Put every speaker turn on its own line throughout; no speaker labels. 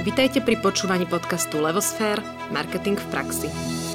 Vitajte pri počúvaní podcastu Levosfér – Marketing v praxi.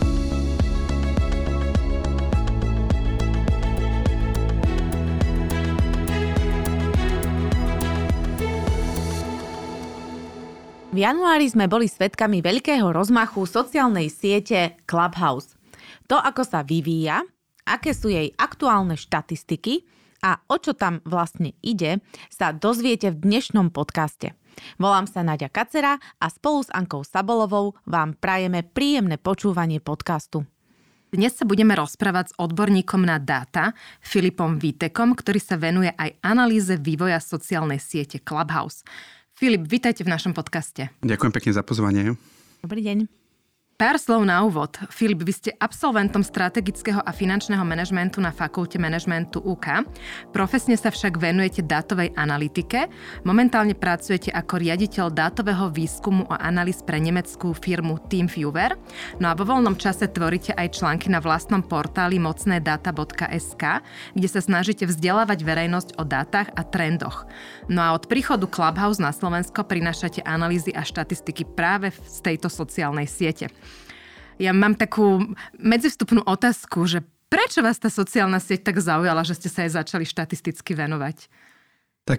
V januári sme boli svedkami veľkého rozmachu sociálnej siete Clubhouse. To, ako sa vyvíja, aké sú jej aktuálne štatistiky a o čo tam vlastne ide, sa dozviete v dnešnom podcaste. Volám sa Naďa Kacera a spolu s Ankou Sabolovou vám prajeme príjemné počúvanie podcastu.
Dnes sa budeme rozprávať s odborníkom na dáta, Filipom Vítekom, ktorý sa venuje aj analýze vývoja sociálnej siete Clubhouse. Filip, vítajte v našom podcaste.
Ďakujem pekne za pozvanie.
Dobrý deň.
Pár slov na úvod. Filip, vy ste absolventom strategického a finančného manažmentu na Fakulte manažmentu UK. Profesne sa však venujete dátovej analytike. Momentálne pracujete ako riaditeľ dátového výskumu a analýz pre nemeckú firmu TeamViewer. No a vo voľnom čase tvoríte aj články na vlastnom portáli mocnedata.sk, kde sa snažíte vzdelávať verejnosť o dátach a trendoch. No a od príchodu Clubhouse na Slovensko prinášate analýzy a štatistiky práve z tejto sociálnej siete. Ja mám takú medzivstupnú otázku, že prečo vás tá sociálna sieť tak zaujala, že ste sa aj začali štatisticky venovať?
Tak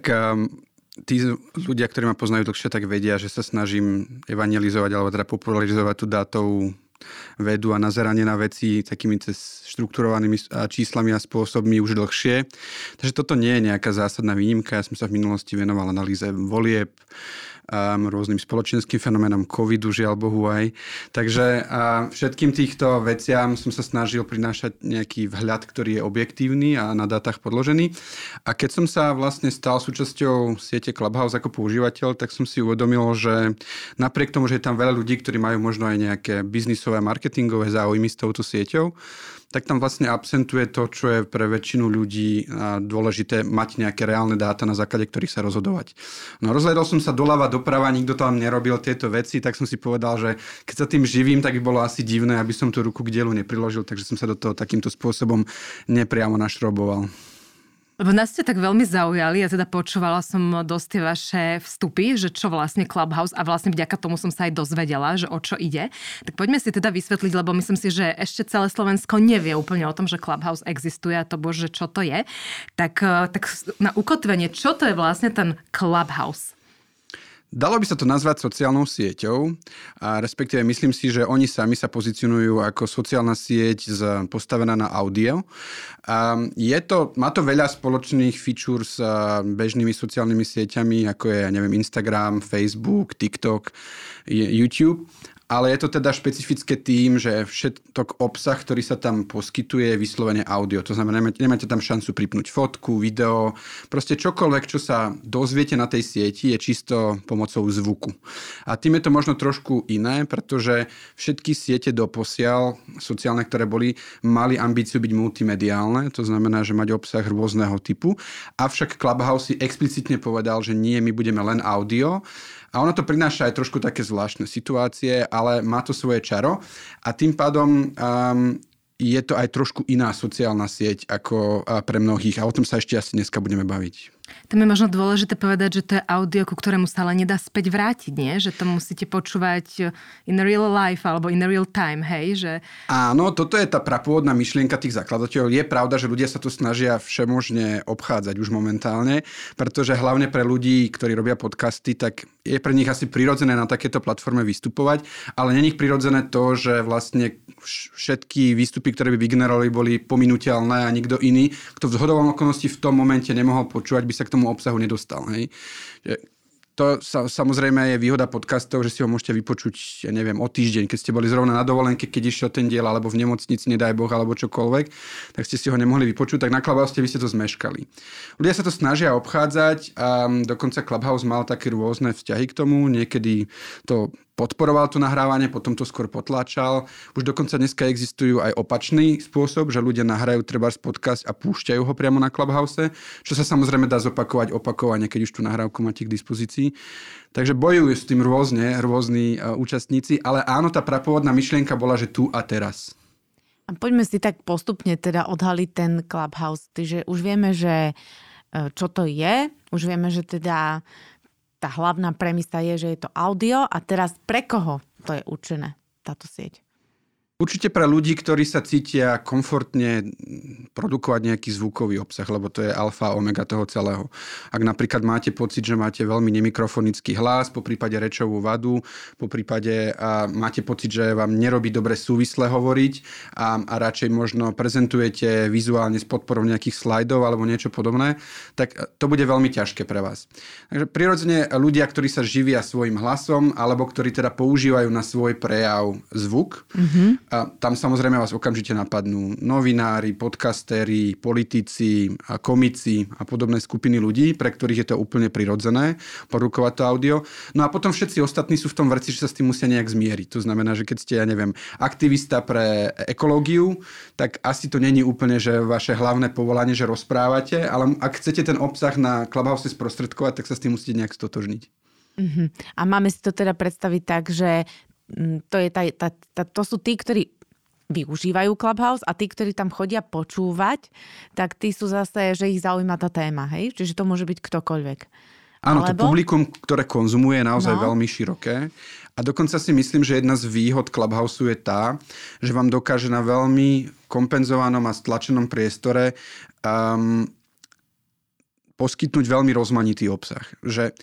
tí ľudia, ktorí ma poznajú dlhšie, tak vedia, že sa snažím evangelizovať alebo teda popularizovať tú dátovú vedu a nazeranie na veci takými cez štrukturovanými číslami a spôsobmi už dlhšie. Takže toto nie je nejaká zásadná výnimka. Ja som sa v minulosti venoval analýze volieb, rôznym spoločenským fenoménom covidu, žiaľ Bohu aj. Takže všetkým týchto veciam som sa snažil prinášať nejaký vhľad, ktorý je objektívny a na dátach podložený. A keď som sa vlastne stal súčasťou siete Clubhouse ako používateľ, tak som si uvedomil, že napriek tomu, že je tam veľa ľudí, ktorí majú možno aj nejaké biznisové a marketingové záujmy s touto sieťou, tak tam vlastne absentuje to, čo je pre väčšinu ľudí dôležité, mať nejaké reálne dáta, na základe ktorých sa rozhodovať. No rozhľadol som sa doľava, doprava, nikto tam nerobil tieto veci, tak som si povedal, že keď sa tým živím, tak by bolo asi divné, aby som tú ruku k dielu nepriložil, takže som sa do toho takýmto spôsobom nepriamo našroboval.
Lebo nás ste tak veľmi zaujali, ja teda počúvala som dosť tie vaše vstupy, že čo vlastne Clubhouse a vlastne vďaka tomu som sa aj dozvedela, že o čo ide. Tak poďme si teda vysvetliť, lebo myslím si, že ešte celé Slovensko nevie úplne o tom, že Clubhouse existuje a to bože, čo to je. Tak na ukotvenie, čo to je vlastne ten Clubhouse?
Dalo by sa to nazvať sociálnou sieťou, a respektíve myslím si, že oni sami sa pozicionujú ako sociálna sieť postavená na audio. Má to veľa spoločných feature s bežnými sociálnymi sieťami, ako je, Instagram, Facebook, TikTok, YouTube. Ale je to teda špecifické tým, že všetok obsah, ktorý sa tam poskytuje, je vyslovene audio. To znamená, nemáte tam šancu pripnúť fotku, video, proste čokoľvek, čo sa dozviete na tej sieti, je čisto pomocou zvuku. A tým je to možno trošku iné, pretože všetky siete doposiaľ, sociálne, ktoré mali ambíciu byť multimediálne, to znamená, že mať obsah rôzneho typu. Avšak Clubhouse si explicitne povedal, že nie, my budeme len audio. A ono to prináša aj trošku také zvláštne situácie, ale má to svoje čaro a tým pádom je to aj trošku iná sociálna sieť ako pre mnohých a o tom sa ešte asi dneska budeme baviť.
Tam je možno dôležité povedať, že to je audio, ku ktorému sa ale nedá späť vrátiť, nie? Že to musíte počúvať in real life alebo in real time, hej? Že...
Áno, toto je tá prapôvodná myšlienka tých zakladateľov. Je pravda, že ľudia sa to snažia všemožne obchádzať už momentálne, pretože hlavne pre ľudí, ktorí robia podcasty, tak je pre nich asi prirodzené na takéto platforme vystupovať, ale nie je prirodzené to, že vlastne všetky výstupy, ktoré by vygenerovali, boli pominuteľné a nikto iný, kto v zhodovom okolnosti v tom momente nemohol počúvať, by sa k tomu obsahu nedostal. Hej. To samozrejme je výhoda podcastov, že si ho môžete vypočuť, o týždeň, keď ste boli zrovna na dovolenke, keď išiel ten diel, alebo v nemocnici, nedaj Boh, alebo čokoľvek, tak ste si ho nemohli vypočuť, tak na Clubhouse vy ste to zmeškali. Ľudia sa to snažia obchádzať a dokonca Clubhouse mal také rôzne vzťahy k tomu, niekedy to podporoval to nahrávanie, potom to skôr potláčal. Už dokonca dneska existujú aj opačný spôsob, že ľudia nahrajú trebárs podcast a púšťajú ho priamo na Clubhouse, čo sa samozrejme dá zopakovať opakovane, keď už tú nahrávku máte k dispozícii. Takže bojujú s tým rôzni účastníci, ale áno, tá prapôvodná myšlienka bola, že tu a teraz.
A poďme si tak postupne teda odhaliť ten Clubhouse. Takže už vieme, že čo to je, už vieme, že teda tá hlavná premisa je, že je to audio a teraz pre koho to je určené, táto sieť?
Určite pre ľudí, ktorí sa cítia komfortne produkovať nejaký zvukový obsah, lebo to je alfa a omega toho celého. Ak napríklad máte pocit, že máte veľmi nemikrofonický hlas, po prípade rečovú vadu, po prípade máte pocit, že vám nerobí dobre súvisle hovoriť a radšej možno prezentujete vizuálne s podporou nejakých slajdov alebo niečo podobné, tak to bude veľmi ťažké pre vás. Takže prirodzene ľudia, ktorí sa živia svojim hlasom alebo ktorí teda používajú na svoj prejav zvuk, a tam samozrejme vás okamžite napadnú novinári, podcastéri, politici, komici a podobné skupiny ľudí, pre ktorých je to úplne prirodzené produkovať to audio. No a potom všetci ostatní sú v tom vrci, že sa s tým musia nejak zmieriť. To znamená, že keď ste, aktivista pre ekológiu, tak asi to není úplne, že vaše hlavné povolanie, že rozprávate, ale ak chcete ten obsah na Clubhouse sprostredkovať, tak sa s tým musíte nejak stotožniť.
A máme si to teda predstaviť tak, že to sú tí, ktorí využívajú Clubhouse a tí, ktorí tam chodia počúvať, tak tí sú zase, že ich zaujíma tá téma, hej? Čiže to môže byť ktokoľvek.
Áno, to publikum, ktoré konzumuje, je naozaj veľmi široké. A dokonca si myslím, že jedna z výhod Clubhouse je tá, že vám dokáže na veľmi kompenzovanom a stlačenom priestore poskytnúť veľmi rozmanitý obsah. Že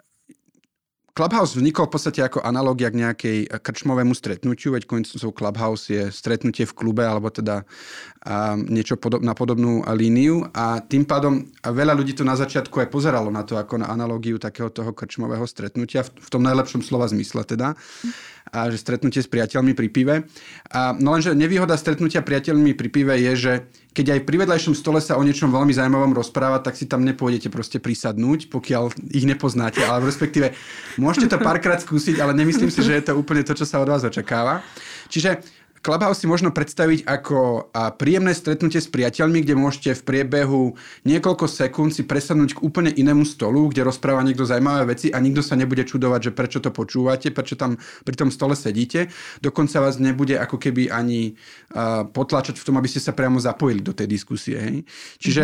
Clubhouse vznikol v podstate ako analogia k nejakej krčmovému stretnutiu, veď koncov Clubhouse je stretnutie v klube alebo teda niečo na podobnú líniu a tým pádom veľa ľudí to na začiatku aj pozeralo na to ako na analogiu takého toho krčmového stretnutia v tom najlepšom slova zmysle teda. A že stretnutie s priateľmi pri pive. No lenže nevýhoda stretnutia priateľmi pri pive je, že keď aj pri vedľajšom stole sa o niečom veľmi zaujímavom rozprávať, tak si tam nepôjdete proste prisadnúť, pokiaľ ich nepoznáte. Ale respektíve môžete to párkrát skúsiť, ale nemyslím si, že je to úplne to, čo sa od vás očakáva. Čiže Clubhouse si možno predstaviť ako príjemné stretnutie s priateľmi, kde môžete v priebehu niekoľko sekúnd si presadnúť k úplne inému stolu, kde rozpráva niekto zaujímavé veci a nikto sa nebude čudovať, že prečo to počúvate, prečo tam pri tom stole sedíte. Dokonca vás nebude ako keby ani potlačať v tom, aby ste sa priamo zapojili do tej diskusie. Hej? Čiže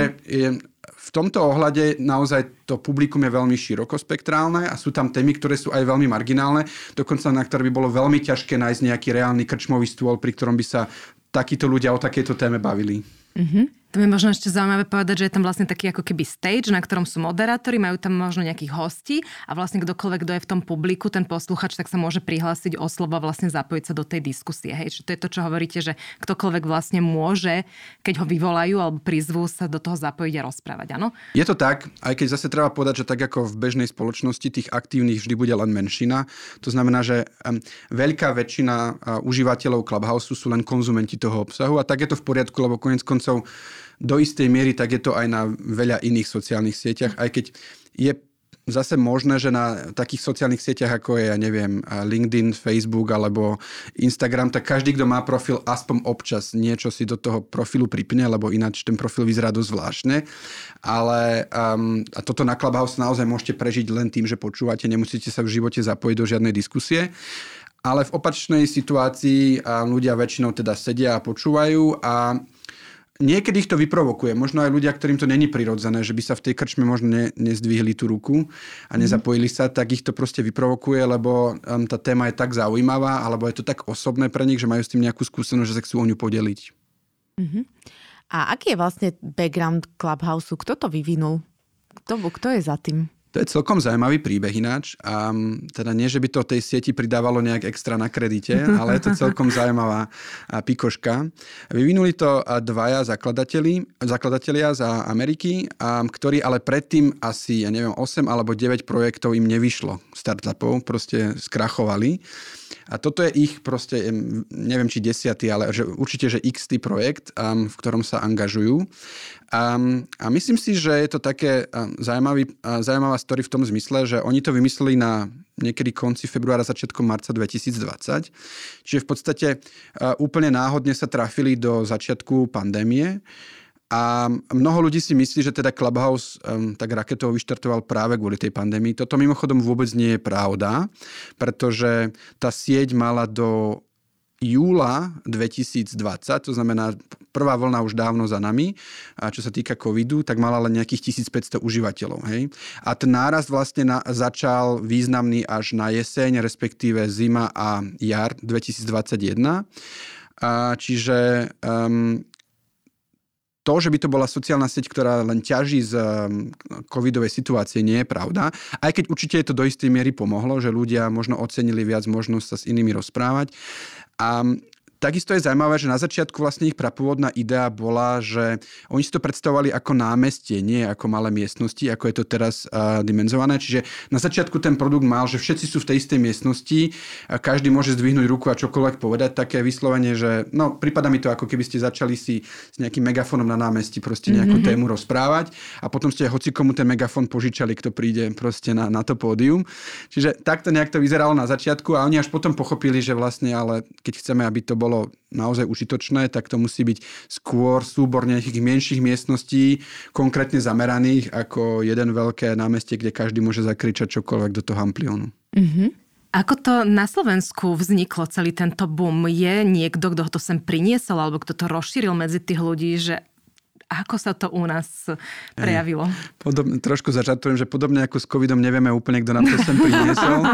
v tomto ohľade naozaj to publikum je veľmi širokospektrálne a sú tam témy, ktoré sú aj veľmi marginálne, dokonca na ktoré by bolo veľmi ťažké nájsť nejaký reálny krčmový stôl, pri ktorom by sa takíto ľudia o takejto téme bavili.
To je možno ešte zaujímavé povedať, že je tam vlastne taký ako keby stage, na ktorom sú moderátori, majú tam možno nejakých hostí a vlastne kdokoľvek, kto je v tom publiku, ten posluchač, tak sa môže prihlásiť o slovo a vlastne zapojiť sa do tej diskusie. Hej, čiže to je to, čo hovoríte, že ktokoľvek vlastne môže, keď ho vyvolajú alebo prizvú, sa do toho zapojiť a rozprávať, áno?
Je to tak, aj keď zase treba povedať, že tak ako v bežnej spoločnosti tých aktívnych vždy bude len menšina. To znamená, že veľká väčšina užívateľov Clubhouse sú len konzumenti toho obsahu a tak je to v poriadku, lebo koniec koncov do istej miery tak je to aj na veľa iných sociálnych sieťach, aj keď je zase možné, že na takých sociálnych sieťach ako je, LinkedIn, Facebook alebo Instagram, tak každý, kto má profil, aspoň občas niečo si do toho profilu pripne, lebo ináč ten profil vyzerá dosť zvláštne. Ale a toto na Clubhouse naozaj môžete prežiť len tým, že počúvate, nemusíte sa v živote zapojiť do žiadnej diskusie. Ale v opačnej situácii ľudia väčšinou teda sedia a počúvajú a niekedy ich to vyprovokuje. Možno aj ľudia, ktorým to není prirodzené, že by sa v tej krčme možno nezdvihli tú ruku a nezapojili sa, tak ich to proste vyprovokuje, lebo tá téma je tak zaujímavá, alebo je to tak osobné pre nich, že majú s tým nejakú skúsenosť, že sa chcú o ňu podeliť.
A aký je vlastne background Clubhouse? Kto to vyvinul? Kto je za tým?
To je celkom zaujímavý príbeh ináč. A teda nie, že by to tej sieti pridávalo nejak extra na kredite, ale je to celkom zaujímavá pikoška. Vyvinuli to dvaja zakladatelia z Ameriky, ktorí ale predtým asi, 8 alebo 9 projektov im nevyšlo. Startupov proste skrachovali. A toto je ich proste, neviem či 10., ale že určite, že x-tý projekt, v ktorom sa angažujú. A myslím si, že je to také zaujímavá story v tom zmysle, že oni to vymysleli na niekedy konci februára, začiatkom marca 2020. Čiže v podstate úplne náhodne sa trafili do začiatku pandémie. A mnoho ľudí si myslí, že teda Clubhouse tak raketovo vyštartoval práve kvôli tej pandémii. Toto mimochodom vôbec nie je pravda, pretože tá sieť mala do júla 2020, to znamená prvá vlna už dávno za nami, a čo sa týka covidu, tak mala len nejakých 1500 užívateľov. Hej? A ten nárast vlastne začal významný až na jeseň, respektíve zima a jar 2021. Čiže to, že by to bola sociálna sieť, ktorá len ťaží z covidovej situácie, nie je pravda. Aj keď určite je to do istej miery pomohlo, že ľudia možno ocenili viac možnosť sa s inými rozprávať. A takisto je zaujímavé, že na začiatku vlastne ich prapôvodná idea bola, že oni si to predstavovali ako námestie, nie ako malé miestnosti, ako je to teraz dimenzované. Čiže na začiatku ten produkt mal, že všetci sú v tej istej miestnosti, každý môže zdvihnúť ruku a čokoľvek povedať, také vyslovene, že no, prípada mi to, ako keby ste začali si s nejakým megafónom na námestí proste nejakú tému rozprávať a potom ste hocikomu ten megafón požičali, kto príde proste na to pódium. Čiže takto nejak to vyzeralo na začiatku a oni až potom pochopili, že vlastne, ale keď chceme, aby to bolo naozaj užitočné, tak to musí byť skôr súbor nejakých menších miestností, konkrétne zameraných, ako jeden veľké námestie, kde každý môže zakričať čokoľvek do toho ampliónu.
Ako to na Slovensku vzniklo celý tento boom? Je niekto, kto to sem priniesol, alebo kto to rozšíril medzi tých ľudí, že ako sa to u nás prejavilo?
Trošku zažartujem, že podobne ako s covidom nevieme úplne, kto nám to sem priniesol.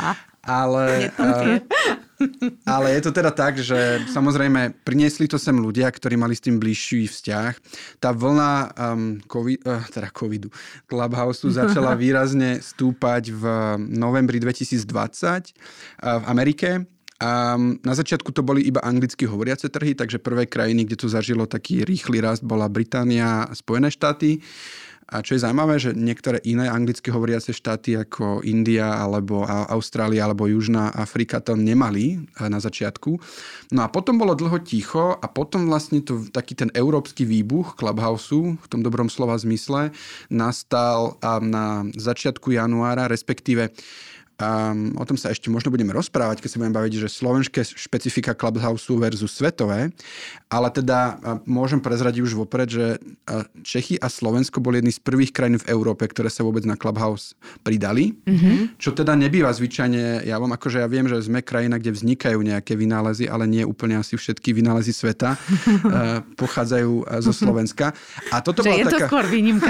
Ale je to teda tak, že samozrejme priniesli to sem ľudia, ktorí mali s tým bližší vzťah. Tá vlna covidu, Clubhouse začala výrazne stúpať v novembri 2020 v Amerike. A na začiatku to boli iba anglicky hovoriace trhy, takže prvé krajiny, kde to zažilo taký rýchly rast, bola Británia a Spojené štáty. A čo je zaujímavé, že niektoré iné anglicky hovoriace štáty ako India alebo Austrália alebo Južná Afrika to nemali na začiatku. No a potom bolo dlho ticho a potom vlastne to, taký ten európsky výbuch Clubhouseu, v tom dobrom slova zmysle, nastal na začiatku januára, respektíve o tom sa ešte možno budeme rozprávať, keď sa budeme baviť, že slovenské špecifika Clubhouseu versus svetové, ale teda môžem prezradiť už vopred, že Čechy a Slovensko boli jedni z prvých krajín v Európe, ktoré sa vôbec na Clubhouse pridali, čo teda nebýva zvyčajne javom, akože ja viem, že sme krajina, kde vznikajú nejaké vynálezy, ale nie úplne asi všetky vynálezy sveta pochádzajú zo Slovenska. A toto bola taká...
skôr výnimka.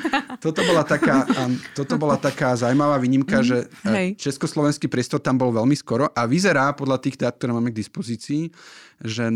Toto bola taká zaujímavá výnimka, že československý priestor tam bol veľmi skoro a vyzerá podľa tých dát, ktoré máme k dispozícii, že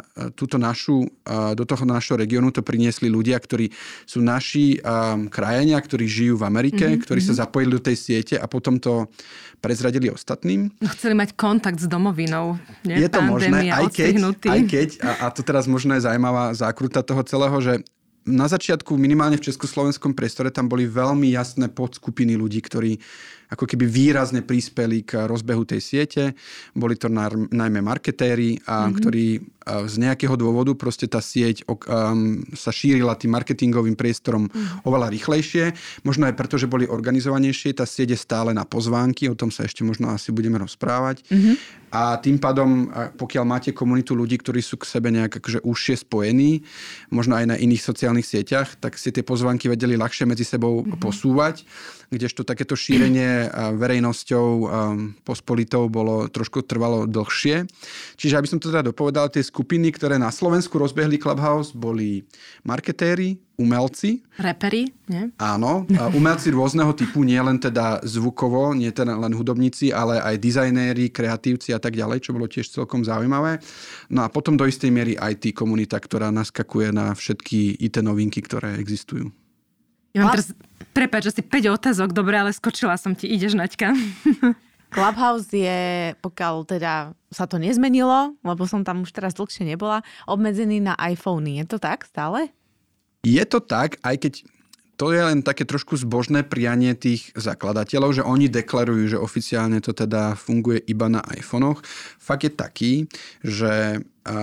do toho našho regiónu to priniesli ľudia, ktorí sú naši krajania, ktorí žijú v Amerike, ktorí sa zapojili do tej siete a potom to prezradili ostatným.
Chceli mať kontakt s domovinou. Nie?
Je to možné, aj keď, a to teraz možno je zaujímavá zákruta toho celého, že na začiatku minimálne v československom priestore tam boli veľmi jasné podskupiny ľudí, ktorí ako keby výrazne prispeli k rozbehu tej siete. Boli to najmä marketéri, ktorí z nejakého dôvodu proste tá sieť sa šírila tým marketingovým priestorom oveľa rýchlejšie. Možno aj preto, že boli organizovanejšie. Tá sieť je stále na pozvánky, o tom sa ešte možno asi budeme rozprávať. A tým pádom, pokiaľ máte komunitu ľudí, ktorí sú k sebe nejak akože užšie spojení, možno aj na iných sociálnych sieťach, tak si tie pozvánky vedeli ľahšie medzi sebou posúvať, kdežto takéto šírenie verejnosťou pospolitou trvalo dlhšie. Čiže aby som to teda dopovedal, tie skupiny, ktoré na Slovensku rozbehli Clubhouse, boli marketéri, umelci.
Reperi, nie?
Áno, umelci rôzneho typu, nie len teda zvukovo, nie teda len hudobníci, ale aj dizajnéri, kreatívci a tak ďalej, čo bolo tiež celkom zaujímavé. No a potom do istej miery IT komunita, ktorá naskakuje na všetky IT novinky, ktoré existujú.
Ja mám teraz, prepáč, asi 5 otázok, dobre, ale skočila som ti, ideš, Naďka.
Clubhouse je, pokiaľ teda sa to nezmenilo, lebo som tam už teraz dlhšie nebola, obmedzený na iPhony. Je to tak stále?
Je to tak, aj keď to je len také trošku zbožné prianie tých zakladateľov, že oni deklarujú, že oficiálne to teda funguje iba na iPhonech. Fakt je taký, že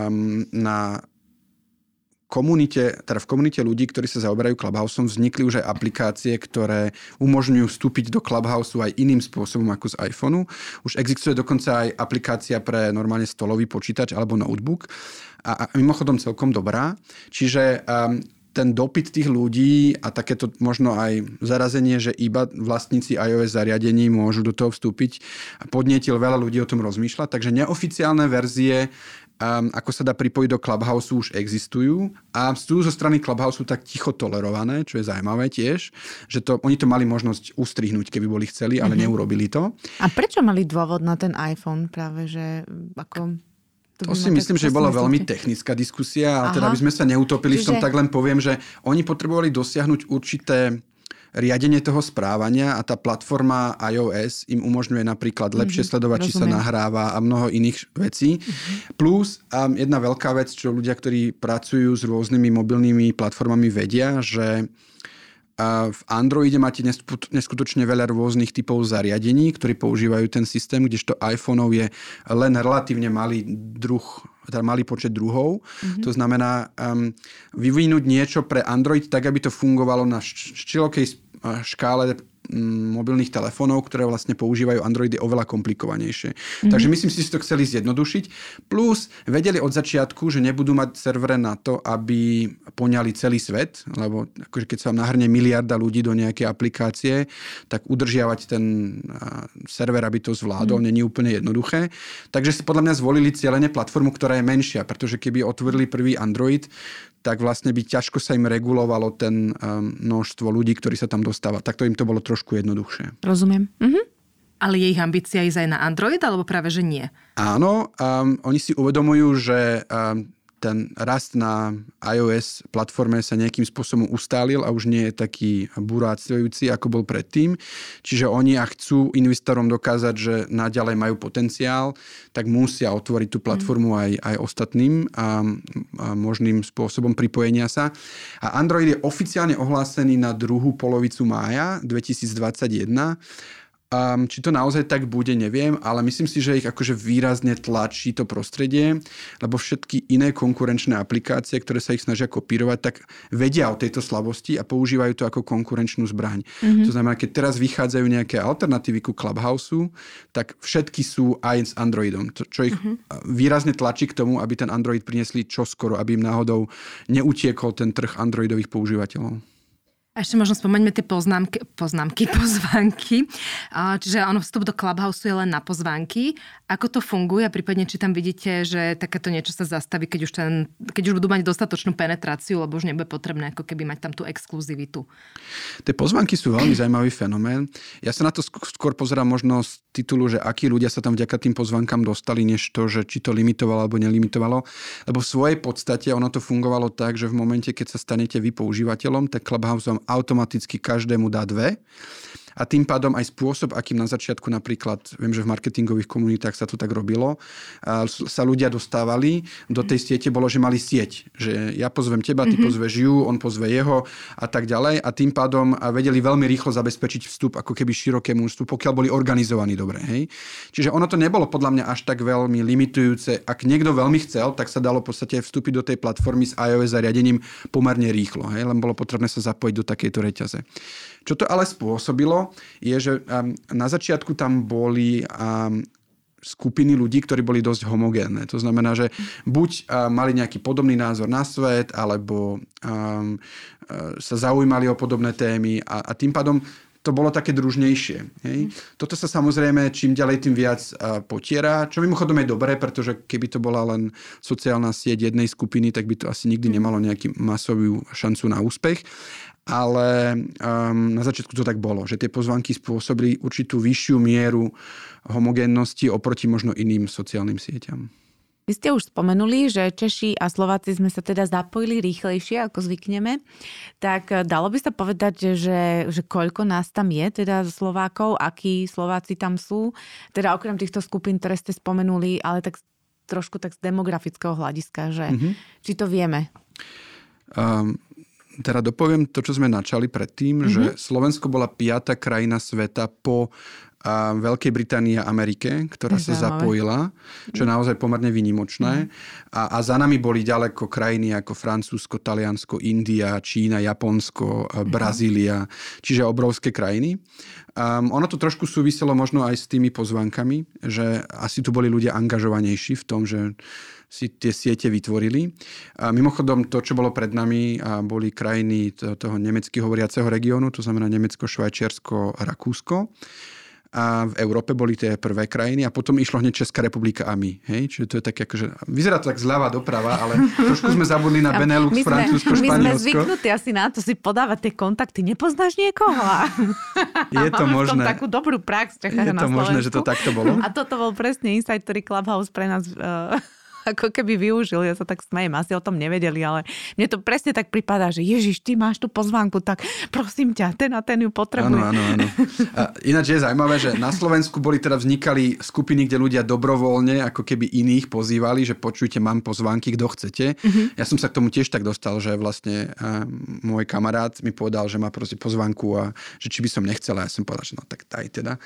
v komunite ľudí, ktorí sa zaoberajú Clubhouseom, vznikli už aj aplikácie, ktoré umožňujú vstúpiť do Clubhouseu aj iným spôsobom ako z iPhoneu. Už existuje dokonca aj aplikácia pre normálne stolový počítač alebo notebook a mimochodom celkom dobrá. Čiže ten dopyt tých ľudí a takéto možno aj zarazenie, že iba vlastníci iOS zariadení môžu do toho vstúpiť, podnietil veľa ľudí o tom rozmýšľať. Takže neoficiálne verzie, ako sa dá pripojiť do Clubhouse, už existujú a sú zo strany Clubhouse tak ticho tolerované, čo je zaujímavé tiež, že oni to mali možnosť ustrihnúť, keby boli chceli, ale neurobili to.
A prečo mali dôvod na ten iPhone práve, že ako...
To si myslím, že bola veľmi technická diskusia, ale teda by sme sa neutopili v tom, tak len poviem, že oni potrebovali dosiahnuť určité riadenie toho správania a tá platforma iOS im umožňuje napríklad lepšie sledovať, či sa nahráva a mnoho iných vecí. Plus jedna veľká vec, čo ľudia, ktorí pracujú s rôznymi mobilnými platformami vedia, že v Androide máte neskutočne veľa rôznych typov zariadení, ktorí používajú ten systém, kdežto iPhoneov je len relatívne malý počet druhov. To znamená vyvinúť niečo pre Android tak, aby to fungovalo na širokej škále mobilných telefónov, ktoré vlastne používajú Androidy, oveľa komplikovanejšie. Takže myslím si, že to chceli zjednodušiť. Plus vedeli od začiatku, že nebudú mať servere na to, aby poňali celý svet, lebo akože keď sa vám nahrne miliarda ľudí do nejakej aplikácie, tak udržiavať ten server, aby to zvládol, není úplne jednoduché. Takže si podľa mňa zvolili cieľene platformu, ktorá je menšia, pretože keby otvorili prvý Android, tak vlastne by ťažko sa im regulovalo ten množstvo ľudí, ktorí sa tam dostáva. Takto im to bolo trošku jednoduchšie.
Rozumiem.
Ale je ich ambícia ísť aj na Android, alebo práve, že nie?
Áno, oni si uvedomujú, že ten rast na iOS platforme sa nejakým spôsobom ustálil a už nie je taký burácujúci, ako bol predtým. Čiže oni, ak chcú investorom dokázať, že naďalej majú potenciál, tak musia otvoriť tú platformu aj ostatným a možným spôsobom pripojenia sa. A Android je oficiálne ohlásený na druhú polovicu mája 2021. Či to naozaj tak bude, neviem, ale myslím si, že ich akože výrazne tlačí to prostredie, lebo všetky iné konkurenčné aplikácie, ktoré sa ich snažia kopírovať, tak vedia o tejto slabosti a používajú to ako konkurenčnú zbraň. To znamená, keď teraz vychádzajú nejaké alternatívy ku Clubhouse, tak všetky sú aj s Androidom, čo ich výrazne tlačí k tomu, aby ten Android priniesli čoskoro, aby im náhodou neutiekol ten trh androidových používateľov.
A ešte možno spomeňme tie pozvánky. Čiže ono vstup do Clubhouse je len na pozvánky. Ako to funguje? Prípadne, či tam vidíte, že takéto niečo sa zastaví, keď už budú mať dostatočnú penetráciu, lebo už nebude potrebné ako keby mať tam tú exkluzivitu.
Tie pozvánky sú veľmi zaujímavý fenomén. Ja sa na to skôr pozerám možno z titulu, že akí ľudia sa tam vďaka tým pozvánkam dostali, než to, že či to limitovalo alebo nelimitovalo. Lebo v svojej podstate ono to fungovalo tak, že v momente, keď sa stanete vy používateľom, tak Clubhouse vám automaticky každému dá 2. A tým pádom aj spôsob, akým na začiatku napríklad, viem, že v marketingových komunitách sa to tak robilo, sa ľudia dostávali do tej siete, bolo, že mali sieť. Že ja pozvem teba, ty pozveš ju, on pozve jeho a tak ďalej. A tým pádom vedeli veľmi rýchlo zabezpečiť vstup ako keby širokému vstupu, pokiaľ boli organizovaní dobre. Hej? Čiže ono to nebolo podľa mňa až tak veľmi limitujúce. Ak niekto veľmi chcel, tak sa dalo v podstate vstúpiť do tej platformy s iOS zariadením pomerne rýchlo. Hej? Len bolo potrebné sa zapojiť do takejto reťaze. Čo to ale spôsobilo, je, že na začiatku tam boli skupiny ľudí, ktorí boli dosť homogénne. To znamená, že buď mali nejaký podobný názor na svet, alebo sa zaujímali o podobné témy a tým pádom to bolo také družnejšie. Hej? Toto sa samozrejme čím ďalej tým viac potiera, čo mimochodom je dobré, pretože keby to bola len sociálna sieť jednej skupiny, tak by to asi nikdy nemalo nejakú masovú šancu na úspech. Ale na začiatku to tak bolo, že tie pozvánky spôsobili určitú vyššiu mieru homogénnosti oproti možno iným sociálnym sieťam.
Vy ste už spomenuli, že Češi a Slováci sme sa teda zapojili rýchlejšie, ako zvykneme. Tak dalo by sa povedať, že koľko nás tam je, teda Slovákov, akí Slováci tam sú, teda okrem týchto skupín, ktoré ste spomenuli, ale tak trošku tak z demografického hľadiska, že či to vieme?
Teda dopoviem to, čo sme načali predtým, že Slovensko bola 5. krajina sveta po Veľkej Británii a Amerike, ktorá sa zapojila, čo je naozaj pomerne výnimočné. A za nami boli ďaleko krajiny ako Francúzsko, Taliansko, India, Čína, Japonsko, Brazília, čiže obrovské krajiny. Ono to trošku súviselo možno aj s tými pozvánkami, že asi tu boli ľudia angažovanejší v tom, že si tie siete vytvorili. A mimochodom, to, čo bolo pred nami, boli krajiny toho nemecky hovoriaceho regiónu, to znamená Nemecko, Švajčiarsko a Rakúsko. A v Európe boli tie prvé krajiny a potom išlo hneď Česká republika a my. Hej? Čiže to je také akože... Vyzerá to tak zľava doprava, ale trošku sme zabudli na Benelux, Francúzsko, Španielsko.
My sme zvyknutí asi na to si podávať tie kontakty. Nepoznáš niekoho?
Je to možné.
Máme v tom takú dobrú prax.
Je to možné, že to takto bolo.
A toto bol presne insight, ktorý Clubhouse pre nás... ako keby využil, ja sa tak smejem, asi o tom nevedeli, ale mne to presne tak pripadá, že Ježiš, ty máš tú pozvánku, tak prosím ťa, ten a ten ju potrebuje.
Áno. A ináč je zaujímavé, že na Slovensku vznikali skupiny, kde ľudia dobrovoľne, ako keby iných pozývali, že počujte, mám pozvánky, kto chcete. Ja som sa k tomu tiež tak dostal, že vlastne môj kamarát mi povedal, že má proste pozvánku a že či by som nechcela. Ja som povedal, že no tak daj teda.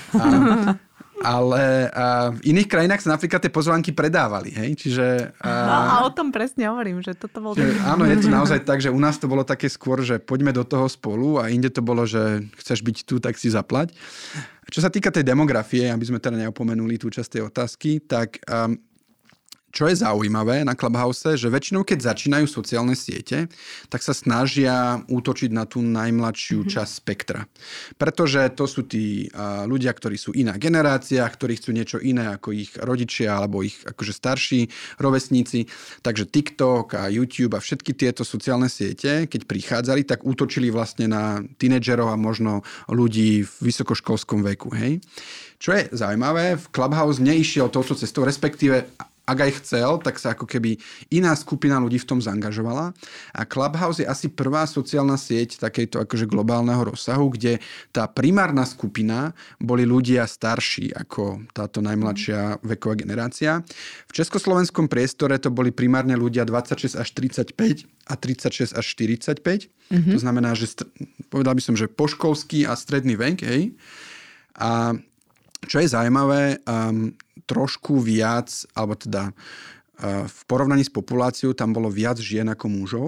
Ale v iných krajinách sa napríklad tie pozvánky predávali. Hej? Čiže,
a o tom presne hovorím, že toto bol...
Áno, je to naozaj tak, že u nás to bolo také skôr, že poďme do toho spolu a inde to bolo, že chceš byť tu, tak si zaplať. Čo sa týka tej demografie, aby sme teda neopomenuli tú časť tej otázky, tak... Čo je zaujímavé na Clubhouse, že väčšinou, keď začínajú sociálne siete, tak sa snažia útočiť na tú najmladšiu časť spektra. Pretože to sú tí ľudia, ktorí sú iná generácia, ktorí chcú niečo iné ako ich rodičia alebo ich akože starší rovesníci. Takže TikTok a YouTube a všetky tieto sociálne siete, keď prichádzali, tak útočili vlastne na tínedžerov a možno ľudí v vysokoškolskom veku. Hej? Čo je zaujímavé, v Clubhouse neišiel touto cestou, respektíve ak aj chcel, tak sa ako keby iná skupina ľudí v tom zaangažovala. A Clubhouse je asi prvá sociálna sieť takejto akože globálneho rozsahu, kde tá primárna skupina boli ľudia starší ako táto najmladšia veková generácia. V československom priestore to boli primárne ľudia 26 až 35 a 36 až 45. To znamená, že povedal by som, že poškolský a stredný vek. Hej. A čo je zaujímavé, trošku viac, alebo teda v porovnaní s populáciou tam bolo viac žien ako mužov,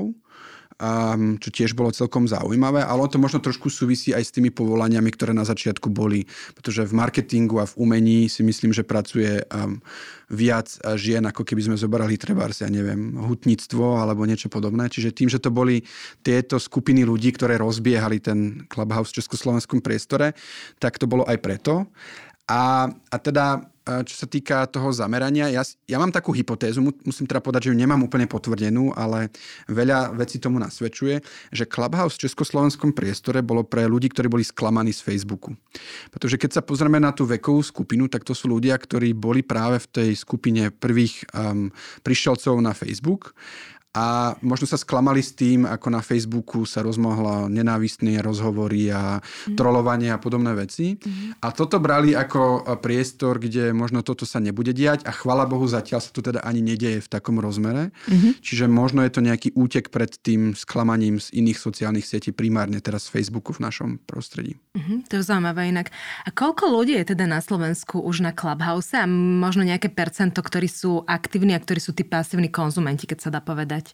čo tiež bolo celkom zaujímavé, ale to možno trošku súvisí aj s tými povolaniami, ktoré na začiatku boli, pretože v marketingu a v umení si myslím, že pracuje viac žien, ako keby sme zobrali trebárs, ja neviem, hutníctvo alebo niečo podobné. Čiže tým, že to boli tieto skupiny ľudí, ktoré rozbiehali ten Clubhouse v československom priestore, tak to bolo aj preto. A teda, čo sa týka toho zamerania, ja mám takú hypotézu, musím teda povedať, že ju nemám úplne potvrdenú, ale veľa vecí tomu nasvedčuje, že Clubhouse v československom priestore bolo pre ľudí, ktorí boli sklamaní z Facebooku. Pretože keď sa pozrieme na tú vekovú skupinu, tak to sú ľudia, ktorí boli práve v tej skupine prvých prišielcov na Facebook. A možno sa sklamali s tým, ako na Facebooku sa rozmohla nenávistné rozhovory a trolovanie a podobné veci. A toto brali ako priestor, kde možno toto sa nebude diať a chvála Bohu zatiaľ sa to teda ani nedieje v takom rozmere. Čiže možno je to nejaký útek pred tým sklamaním z iných sociálnych sietí, primárne teraz Facebooku v našom prostredí.
To je zaujímavé inak. A koľko ľudí je teda na Slovensku už na Clubhouse a možno nejaké percento, ktorí sú aktívni a ktorí sú tí pasívni konzumenti, keď sa dá povedať?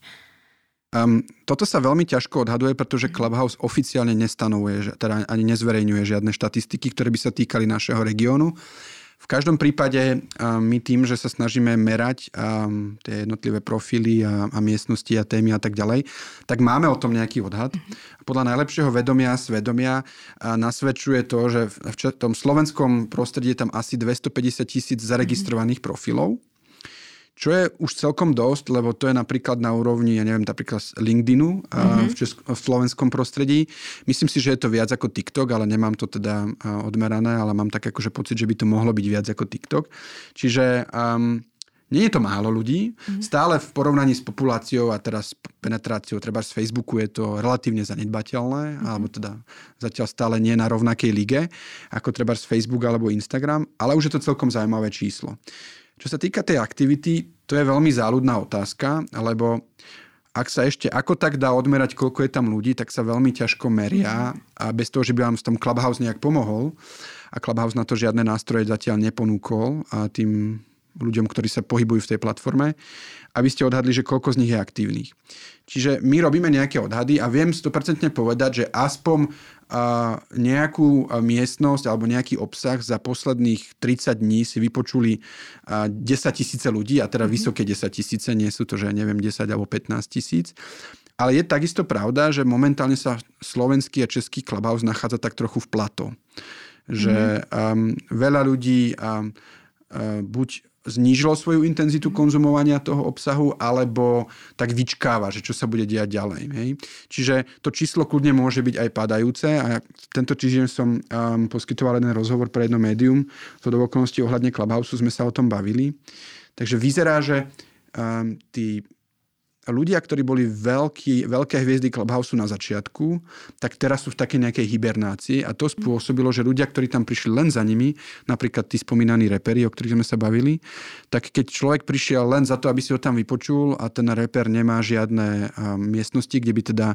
Toto sa veľmi ťažko odhaduje, pretože Clubhouse oficiálne nestanovuje, teda ani nezverejňuje žiadne štatistiky, ktoré by sa týkali našeho regiónu. V každom prípade my tým, že sa snažíme merať tie jednotlivé profily a miestnosti a témy a tak ďalej, tak máme o tom nejaký odhad. Podľa najlepšieho vedomia a svedomia nasvedčuje to, že v tom slovenskom prostredí je tam asi 250 000 zaregistrovaných profilov. Čo je už celkom dosť, lebo to je napríklad na úrovni, ja neviem, napríklad LinkedInu v slovenskom prostredí. Myslím si, že je to viac ako TikTok, ale nemám to teda odmerané, ale mám tak akože pocit, že by to mohlo byť viac ako TikTok. Čiže nie je to málo ľudí. Stále v porovnaní s populáciou a teraz penetráciou treba z Facebooku je to relatívne zanedbateľné, alebo teda zatiaľ stále nie na rovnakej lige, ako treba z Facebook alebo Instagram, ale už je to celkom zaujímavé číslo. Čo sa týka tej aktivity, to je veľmi záľudná otázka, lebo ak sa ešte ako tak dá odmerať, koľko je tam ľudí, tak sa veľmi ťažko meria a bez toho, že by vám tam Clubhouse nejak pomohol. A Clubhouse na to žiadne nástroje zatiaľ neponúkol a tým ľuďom, ktorí sa pohybujú v tej platforme, aby ste odhadli, že koľko z nich je aktívnych. Čiže my robíme nejaké odhady a viem 100% povedať, že aspoň nejakú miestnosť alebo nejaký obsah za posledných 30 dní si vypočuli 10 000 ľudí, a teda vysoké 10 000, nie sú to, že neviem, 10 alebo 15 000. Ale je takisto pravda, že momentálne sa slovenský a český Clubhouse nachádza tak trochu v plato. Že veľa ľudí buď znížilo svoju intenzitu konzumovania toho obsahu, alebo tak vyčkáva, že čo sa bude diať ďalej. Hej? Čiže to číslo kľudne môže byť aj padajúce a tento týždeň som poskytoval jeden rozhovor pre jedno médium, to do okolností ohľadne Clubhouse sme sa o tom bavili. Takže vyzerá, že tí ľudia, ktorí boli veľké hviezdy Clubhouse na začiatku, tak teraz sú v takej nejakej hibernácii a to spôsobilo, že ľudia, ktorí tam prišli len za nimi, napríklad tí spomínaní reperi, o ktorých sme sa bavili, tak keď človek prišiel len za to, aby si ho tam vypočul a ten reper nemá žiadne miestnosti, kde by teda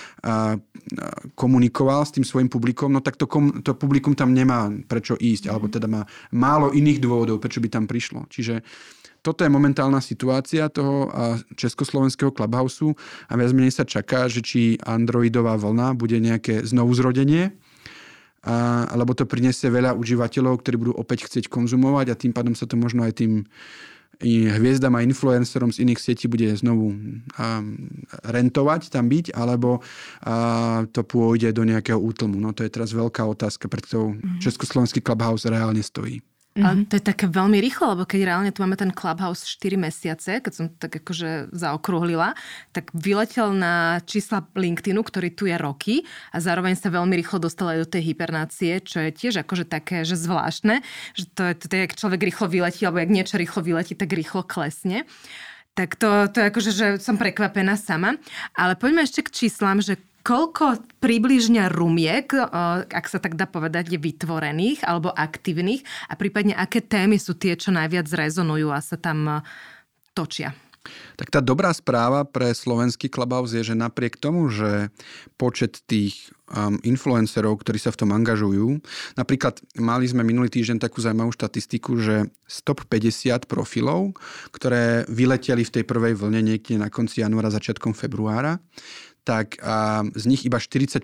komunikoval s tým svojim publikom, no tak to publikum tam nemá prečo ísť, alebo teda má málo iných dôvodov, prečo by tam prišlo. Čiže toto je momentálna situácia toho československého Clubhouseu a viac menej sa čaká, že či androidová vlna bude nejaké znovuzrodenie, alebo to prinesie veľa užívateľov, ktorí budú opäť chcieť konzumovať a tým pádom sa to možno aj tým hviezdam a influencerom z iných sietí bude znovu rentovať, tam byť, alebo to pôjde do nejakého útlmu. No to je teraz veľká otázka, preto československý Clubhouse reálne stojí.
Ale to je také veľmi rýchlo, lebo keď reálne tu máme ten Clubhouse 4 mesiace, keď som tak akože zaokrúhlila, tak vyletel na čísla LinkedInu, ktorý tu je roky a zároveň sa veľmi rýchlo dostal aj do tej hypernácie, čo je tiež akože také, že zvláštne, že to je jak človek rýchlo vyletí, alebo jak niečo rýchlo vyletí, tak rýchlo klesne. Tak to je akože, že som prekvapená sama. Ale poďme ešte k číslam, že koľko približne rumiek, ak sa tak dá povedať, je vytvorených alebo aktívnych a prípadne aké témy sú tie, čo najviac rezonujú a sa tam točia?
Tak tá dobrá správa pre slovenský Clubhouse je, že napriek tomu, že počet tých influencerov, ktorí sa v tom angažujú, napríklad mali sme minulý týždeň takú zaujímavú štatistiku, že z top 50 profilov, ktoré vyleteli v tej prvej vlne niekde na konci januára, začiatkom februára, tak z nich iba 40%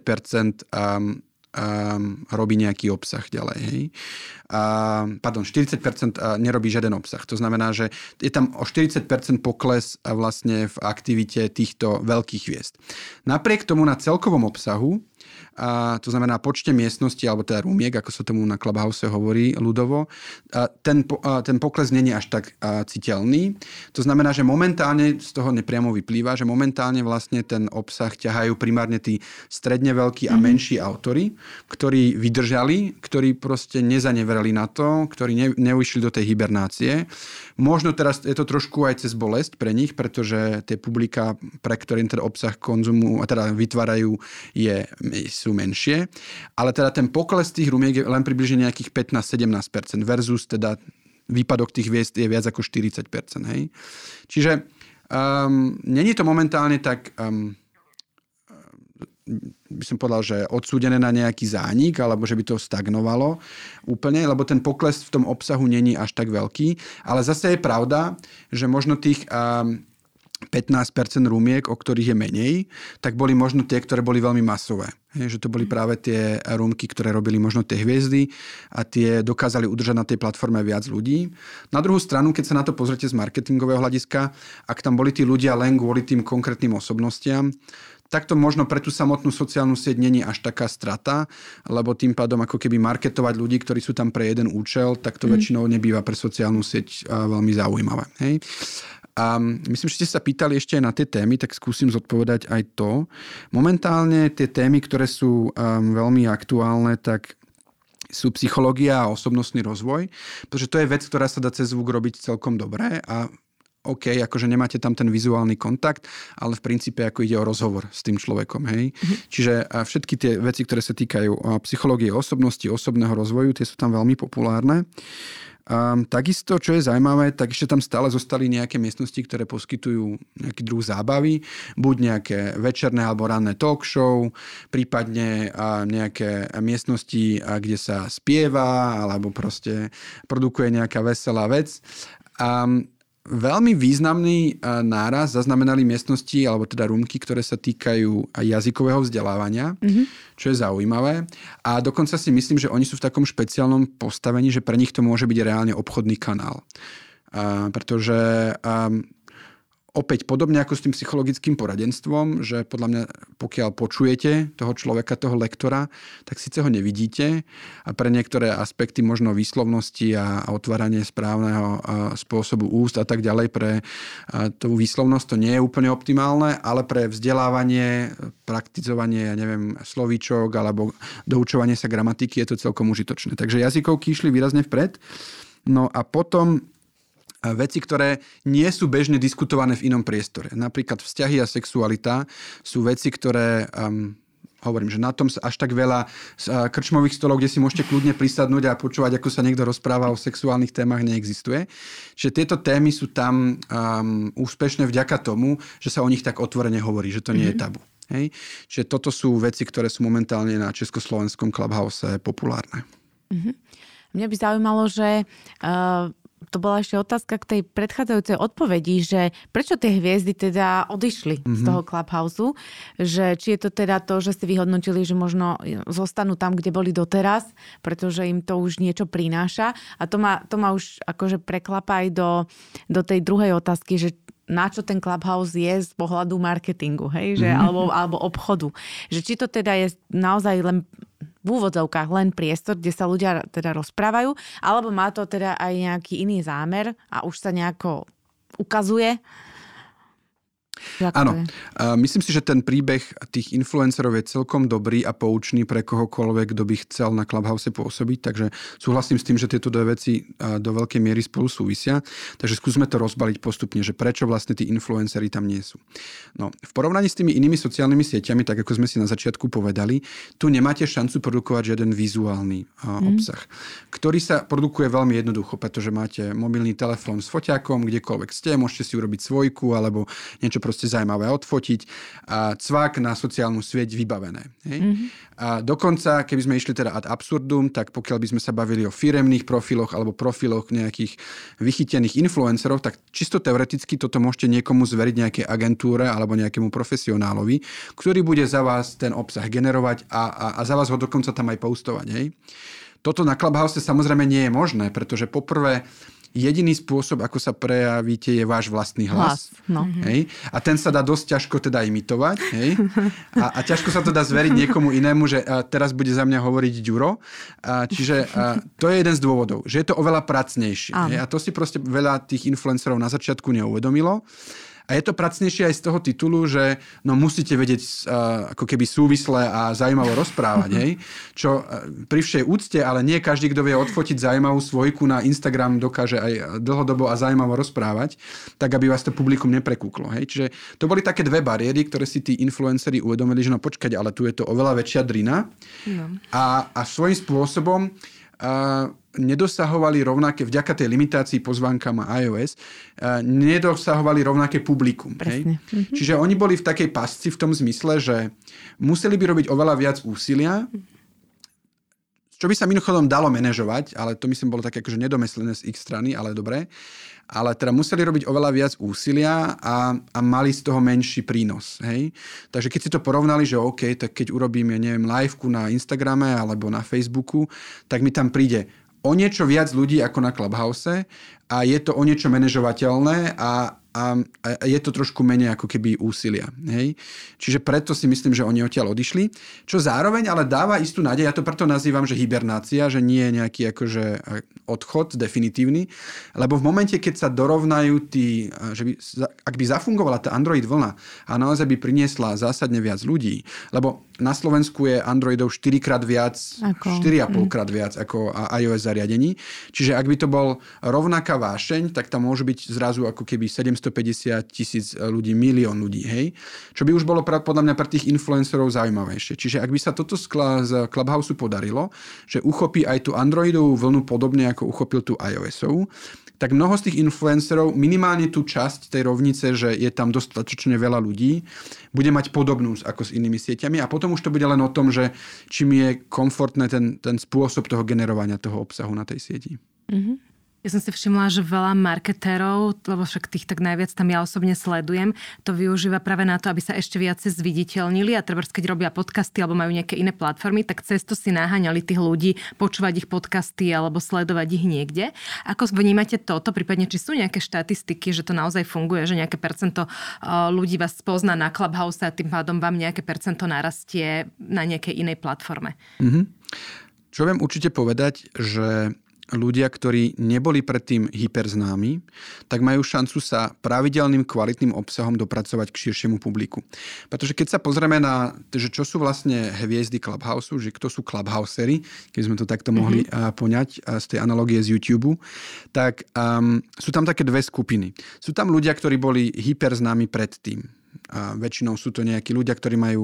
robí nejaký obsah ďalej. Hej. 40% nerobí žiaden obsah. To znamená, že je tam o 40% pokles vlastne v aktivite týchto veľkých hviezd. Napriek tomu na celkovom obsahu, to znamená počte miestností, alebo teda rúmiek, ako sa tomu na Clubhouse hovorí ľudovo, ten pokles nie je až tak citeľný. To znamená, že momentálne z toho nepriamo vyplýva, že momentálne vlastne ten obsah ťahajú primárne tí stredne veľkí a menší autori, ktorí vydržali, ktorí proste nezaneverali na to, ktorí neušli do tej hibernácie. Možno teraz je to trošku aj cez bolesť pre nich, pretože tie publika, pre ktorým ten obsah konzumujú a teda vytvárajú, sú menšie. Ale teda ten pokles tých rumiek je len približne nejakých 15-17% versus teda výpadok tých hviezd je viac ako 40%. Hej? Čiže není to momentálne tak by som povedal, že odsúdené na nejaký zánik, alebo že by to stagnovalo úplne, lebo ten pokles v tom obsahu není až tak veľký. Ale zase je pravda, že možno tých 15% rúmiek, o ktorých je menej, tak boli možno tie, ktoré boli veľmi masové. Že to boli práve tie rúmky, ktoré robili možno tie hviezdy a tie dokázali udržať na tej platforme viac ľudí. Na druhú stranu, keď sa na to pozrite z marketingového hľadiska, ak tam boli tí ľudia len kvôli tým konkrétnym osobnostiam, tak to možno pre tú samotnú sociálnu sieť není až taká strata, lebo tým pádom ako keby marketovať ľudí, ktorí sú tam pre jeden účel, tak to väčšinou nebýva pre sociálnu sieť veľmi zaujímavé. Hej? A myslím, že ste sa pýtali ešte aj na tie témy, tak skúsim zodpovedať aj to. Momentálne tie témy, ktoré sú veľmi aktuálne, tak sú psychológia a osobnostný rozvoj, pretože to je vec, ktorá sa dá cez zvuk robiť celkom dobre a OK, akože nemáte tam ten vizuálny kontakt, ale v princípe ako ide o rozhovor s tým človekom. Hej? Čiže všetky tie veci, ktoré sa týkajú psychológie osobnosti, osobného rozvoju, tie sú tam veľmi populárne. Takisto, čo je zaujímavé, tak ešte tam stále zostali nejaké miestnosti, ktoré poskytujú nejaký druh zábavy, buď nejaké večerné alebo ranné talk show, prípadne nejaké miestnosti, kde sa spieva alebo proste produkuje nejaká veselá vec. Veľmi významný náraz zaznamenali miestnosti, alebo teda rúmky, ktoré sa týkajú jazykového vzdelávania, čo je zaujímavé. A dokonca si myslím, že oni sú v takom špeciálnom postavení, že pre nich to môže byť reálne obchodný kanál. Pretože opäť podobne ako s tým psychologickým poradenstvom, že podľa mňa, pokiaľ počujete toho človeka, toho lektora, tak síce ho nevidíte a pre niektoré aspekty možno výslovnosti a otváranie správneho spôsobu úst a tak ďalej, pre tú výslovnosť to nie je úplne optimálne, ale pre vzdelávanie, praktizovanie, slovíčok alebo doučovanie sa gramatiky je to celkom užitočné. Takže jazykovky išli výrazne vpred. No a potom veci, ktoré nie sú bežne diskutované v inom priestore. Napríklad vzťahy a sexualita sú veci, ktoré, hovorím, že na tom až tak veľa krčmových stolov, kde si môžete kľudne prisadnúť a počúvať, ako sa niekto rozpráva o sexuálnych témach, neexistuje. Čiže tieto témy sú tam úspešné vďaka tomu, že sa o nich tak otvorene hovorí, že to nie je tabu. Hej? Čiže toto sú veci, ktoré sú momentálne na československom Clubhouse populárne.
Mňa by zaujímalo, že to bola ešte otázka k tej predchádzajúcej odpovedi, že prečo tie hviezdy teda odišli z toho Clubhouseu, že či je to teda to, že ste vyhodnotili, že možno zostanú tam, kde boli doteraz, pretože im to už niečo prináša. A to ma už akože preklapa aj do tej druhej otázky, že na čo ten Clubhouse je z pohľadu marketingu, hej? Že, alebo obchodu. Že či to teda je naozaj len v úvodzovkách len priestor, kde sa ľudia teda rozprávajú, alebo má to teda aj nejaký iný zámer a už sa nejako ukazuje?
Áno. Myslím si, že ten príbeh tých influencerov je celkom dobrý a poučný pre kohokoľvek, kto by chcel na Clubhouse pôsobiť, takže súhlasím s tým, že tieto dve veci do veľkej miery spolu súvisia. Takže skúsme to rozbaliť postupne, že prečo vlastne tí influenceri tam nie sú. No, v porovnaní s tými inými sociálnymi sieťami, tak ako sme si na začiatku povedali, tu nemáte šancu produkovať žiaden vizuálny obsah, ktorý sa produkuje veľmi jednoducho, pretože máte mobilný telefón s foťákom, kdekoľvek ste, môžete si urobiť svojku alebo niečo proste zaujímavé odfotiť a cvak na sociálnu sieť vybavené. Hej? A dokonca, keby sme išli teda ad absurdum, tak pokiaľ by sme sa bavili o firemných profiloch alebo profiloch nejakých vychytených influencerov, tak čisto teoreticky toto môžete niekomu zveriť nejakej agentúre alebo nejakému profesionálovi, ktorý bude za vás ten obsah generovať a za vás ho dokonca tam aj postovať. Hej? Toto na Clubhouse samozrejme nie je možné, pretože poprvé jediný spôsob, ako sa prejavíte, je váš vlastný hlas. Hej? A ten sa dá dosť ťažko teda imitovať. Hej? A ťažko sa to dá zveriť niekomu inému, že teraz bude za mňa hovoriť Ďuro. Čiže to je jeden z dôvodov, že je to oveľa pracnejšie. Hej? A to si proste veľa tých influencerov na začiatku neuvedomilo. A je to pracnejšie aj z toho titulu, že musíte vedieť ako keby súvisle a zaujímavo rozprávať. Hej? Čo pri všej úcte, ale nie každý, kto vie odfotiť zaujímavú svojku na Instagram, dokáže aj dlhodobo a zaujímavo rozprávať, tak aby vás to publikum neprekúklo. Hej? Čiže to boli také dve bariéry, ktoré si tí influenceri uvedomili, že počkať, ale tu je to oveľa väčšia drina. A svojím spôsobom nedosahovali rovnaké, vďaka tej limitácii pozvánkam a iOS, nedosahovali rovnaké publikum. Hej? Čiže oni boli v takej pasci v tom zmysle, že museli by robiť oveľa viac úsilia, čo by sa mimochodom dalo manažovať, ale to myslím bolo také akože nedomyslené z ich strany, ale dobre. Ale teda museli robiť oveľa viac úsilia a mali z toho menší prínos. Hej? Takže keď si to porovnali, že OK, tak keď urobím, liveku na Instagrame alebo na Facebooku, tak mi tam príde o niečo viac ľudí ako na Clubhouse a je to o niečo manažovateľné a je to trošku menej ako keby úsilia. Hej? Čiže preto si myslím, že oni odtiaľ odišli. Čo zároveň ale dáva istú nádej, ja to preto nazývam, že hibernácia, že nie je nejaký akože odchod definitívny, lebo v momente, keď sa dorovnajú ak by zafungovala tá Android vlna a naozaj by priniesla zásadne viac ľudí, lebo na Slovensku je Androidov 4-krát viac, 4,5 krát viac ako iOS zariadení. Čiže ak by to bol rovnaká vášeň, tak tam môže byť zrazu ako keby 750,000 ľudí, 1 000 000 ľudí, hej? Čo by už bolo podľa mňa pre tých influencerov zaujímavejšie. Čiže ak by sa toto z Clubhouse podarilo, že uchopí aj tú Androidovú vlnu podobne ako uchopil tú iOSovú, tak mnoho z tých influencerov, minimálne tú časť tej rovnice, že je tam dostatočne veľa ľudí, bude mať podobnú ako s inými sieťami a potom už to bude len o tom, že čím je komfortné ten spôsob toho generovania toho obsahu na tej sieti.
Mm-hmm. Ja som si všimla, že veľa marketérov, lebo však tých tak najviac tam ja osobne sledujem, to využíva práve na to, aby sa ešte viacej zviditeľnili a treba, keď robia podcasty alebo majú nejaké iné platformy, tak cez to si naháňali tých ľudí, počúvať ich podcasty alebo sledovať ich niekde. Ako vnímate toto, prípadne či sú nejaké štatistiky, že to naozaj funguje, že nejaké percento ľudí vás spozná na Clubhouse a tým pádom vám nejaké percento narastie na nejakej inej platforme?
Mm-hmm. Čo viem určite povedať, že ľudia, ktorí neboli predtým hyperznámi, tak majú šancu sa pravidelným kvalitným obsahom dopracovať k širšiemu publiku. Pretože keď sa pozrieme na, že čo sú vlastne hviezdy Clubhouse, že kto sú Clubhousery, keď sme to takto mohli poňať z tej analogie z YouTube, tak sú tam také dve skupiny. Sú tam ľudia, ktorí boli hyperznámi predtým. A väčšinou sú to nejakí ľudia, ktorí majú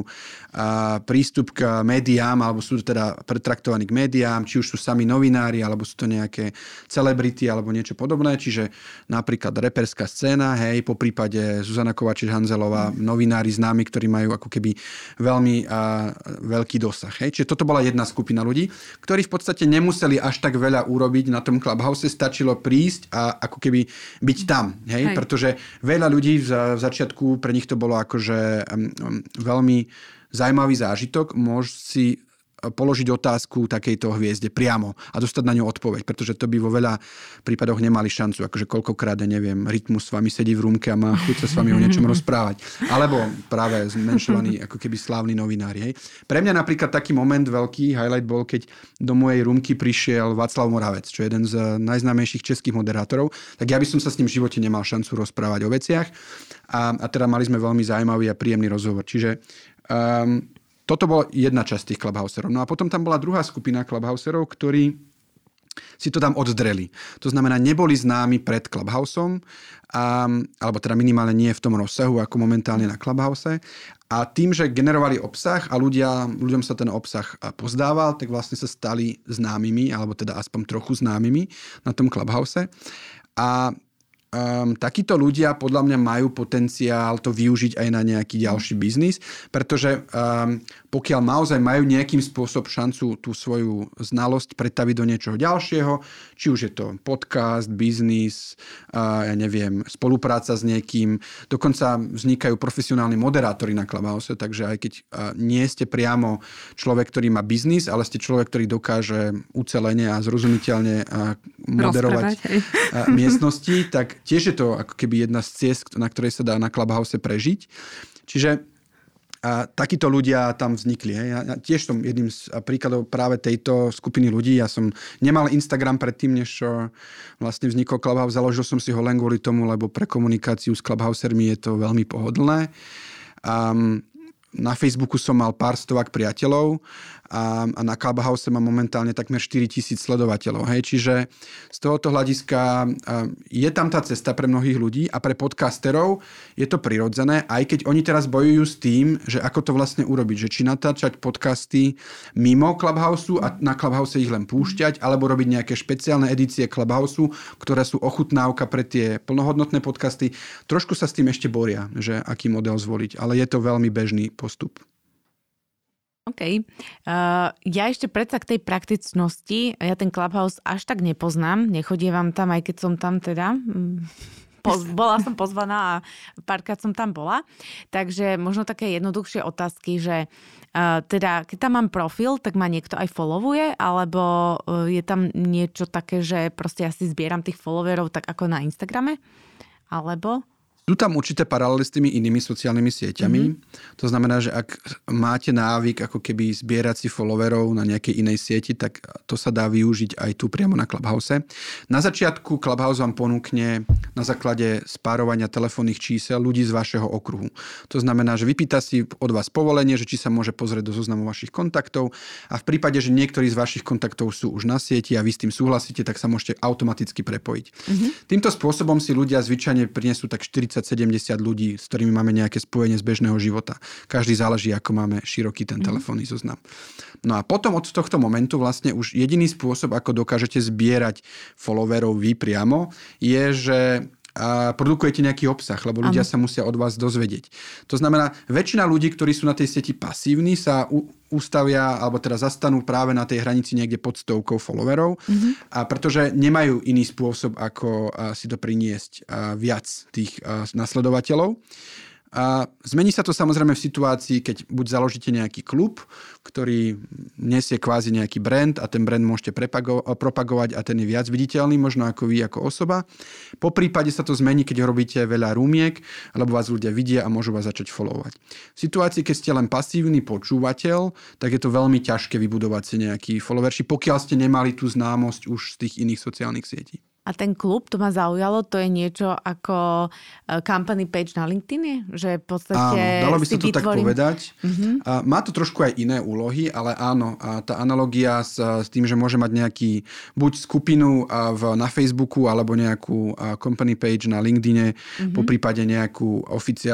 prístup k médiám alebo sú teda pretraktovaní k médiám, či už sú sami novinári alebo sú to nejaké celebrity alebo niečo podobné, čiže napríklad reperská scéna, hej, po prípade Zuzana Kovačič-Hanzelová, novinári známi, ktorí majú ako keby veľmi veľký dosah. Hej. Čiže toto bola jedna skupina ľudí, ktorí v podstate nemuseli až tak veľa urobiť na tom Clubhouse, stačilo prísť a ako keby byť tam, hej, pretože veľa ľudí v začiatku pre nich to bolo akože veľmi zaujímavý zážitok. Môžu si položiť otázku takejto hviezde priamo a dostať na ňu odpoveď, pretože to by vo veľa prípadoch nemali šancu, akože koľkokrát, neviem, Rytmus s vami sedí v rúmke a má chuť sa s vami o niečom rozprávať. Alebo práve zmenšovaní ako keby slávni novinári. Hej. Pre mňa napríklad taký moment veľký, highlight bol, keď do mojej rúmky prišiel Václav Moravec, čo je jeden z najznámejších českých moderátorov, tak ja by som sa s ním v živote nemal šancu rozprávať o veciach a teda mali sme veľmi zaujímavý a príjemný rozhovor. Čiže toto bola jedna časť tých Clubhouserov. No a potom tam bola druhá skupina Clubhouserov, ktorí si to tam oddreli. To znamená, neboli známi pred Clubhouseom, alebo teda minimálne nie v tom rozsahu, ako momentálne na Clubhouse. A tým, že generovali obsah a ľuďom sa ten obsah pozdával, tak vlastne sa stali známymi, alebo teda aspoň trochu známymi na tom Clubhouse. A takíto ľudia podľa mňa majú potenciál to využiť aj na nejaký ďalší biznis, pretože pokiaľ naozaj majú nejakým spôsob šancu tú svoju znalosť pretaviť do niečoho ďalšieho, či už je to podcast, biznis, ja neviem, spolupráca s niekým, dokonca vznikajú profesionálni moderátori na Clubhouse, takže aj keď nie ste priamo človek, ktorý má biznis, ale ste človek, ktorý dokáže ucelene a zrozumiteľne moderovať miestnosti, tak tiež je to ako keby jedna z ciest, na ktorej sa dá na Clubhouse prežiť. Čiže takíto ľudia tam vznikli. Hej. Ja tiež som jedným z príkladov práve tejto skupiny ľudí. Ja som nemal Instagram predtým, než vlastne vznikol Clubhouse. Založil som si ho len kvôli tomu, lebo pre komunikáciu s Clubhousermi je to veľmi pohodlné. Na Facebooku som mal pár stovák priateľov a na Clubhouse mám momentálne takmer 4,000 sledovateľov. Hej. Čiže z tohoto hľadiska je tam tá cesta pre mnohých ľudí a pre podcasterov je to prirodzené, aj keď oni teraz bojujú s tým, že ako to vlastne urobiť. Že či natáčať podcasty mimo Clubhouse a na Clubhouse ich len púšťať, alebo robiť nejaké špeciálne edície Clubhouse, ktoré sú ochutnávka pre tie plnohodnotné podcasty. Trošku sa s tým ešte boria, že aký model zvoliť, ale je to veľmi bežný postup.
OK. Ja ešte predsa k tej praktičnosti, ja ten Clubhouse až tak nepoznám, nechodievam tam, aj keď som tam teda, bola som pozvaná a párkrát som tam bola, takže možno také jednoduchšie otázky, že teda keď tam mám profil, tak ma niekto aj followuje, alebo je tam niečo také, že proste ja si zbieram tých followerov tak ako na Instagrame, alebo...
Sú tam určité paralely s tými inými sociálnymi sieťami. To znamená, že ak máte návyk ako keby zbierať si followerov na nejakej inej sieti, tak to sa dá využiť aj tu priamo na Clubhouse. Na začiatku Clubhouse vám ponúkne na základe spárovania telefónnych čísel ľudí z vašeho okruhu. To znamená, že vypýta si od vás povolenie, že či sa môže pozrieť do zoznamu vašich kontaktov a v prípade, že niektorí z vašich kontaktov sú už na sieti a vy s tým súhlasíte, tak sa môžete automaticky prepojiť. Týmto spôsobom si ľudia zvyčajne prinesú tak 40-70 ľudí, s ktorými máme nejaké spojenie z bežného života. Každý záleží, ako máme široký ten telefónny zoznam. No a potom od tohto momentu vlastne už jediný spôsob, ako dokážete zbierať followerov vy priamo, je, že produkujete nejaký obsah, lebo ľudia sa musia od vás dozvedieť. To znamená, väčšina ľudí, ktorí sú na tej sieti pasívni, sa ustavia, alebo teda zastanú práve na tej hranici niekde pod 100 followerov, a pretože nemajú iný spôsob, ako si to priniesť viac tých nasledovateľov. A zmení sa to samozrejme v situácii, keď buď založíte nejaký klub, ktorý nesie kvázi nejaký brand a ten brand môžete propagovať a ten je viac viditeľný, možno ako vy ako osoba. Po prípade sa to zmení, keď robíte veľa rúmiek, alebo vás ľudia vidia a môžu vás začať followovať. V situácii, keď ste len pasívny počúvateľ, tak je to veľmi ťažké vybudovať si nejaký followership, pokiaľ ste nemali tú známosť už z tých iných sociálnych sietí.
A ten klub, to ma zaujalo, to je niečo ako company page na LinkedIne? Že v podstate
áno, dalo by sa to tak povedať. Má to trošku aj iné úlohy, ale áno, tá analogia s tým, že môže mať nejaký buď skupinu na Facebooku, alebo nejakú company page na LinkedIne, po prípade nejakú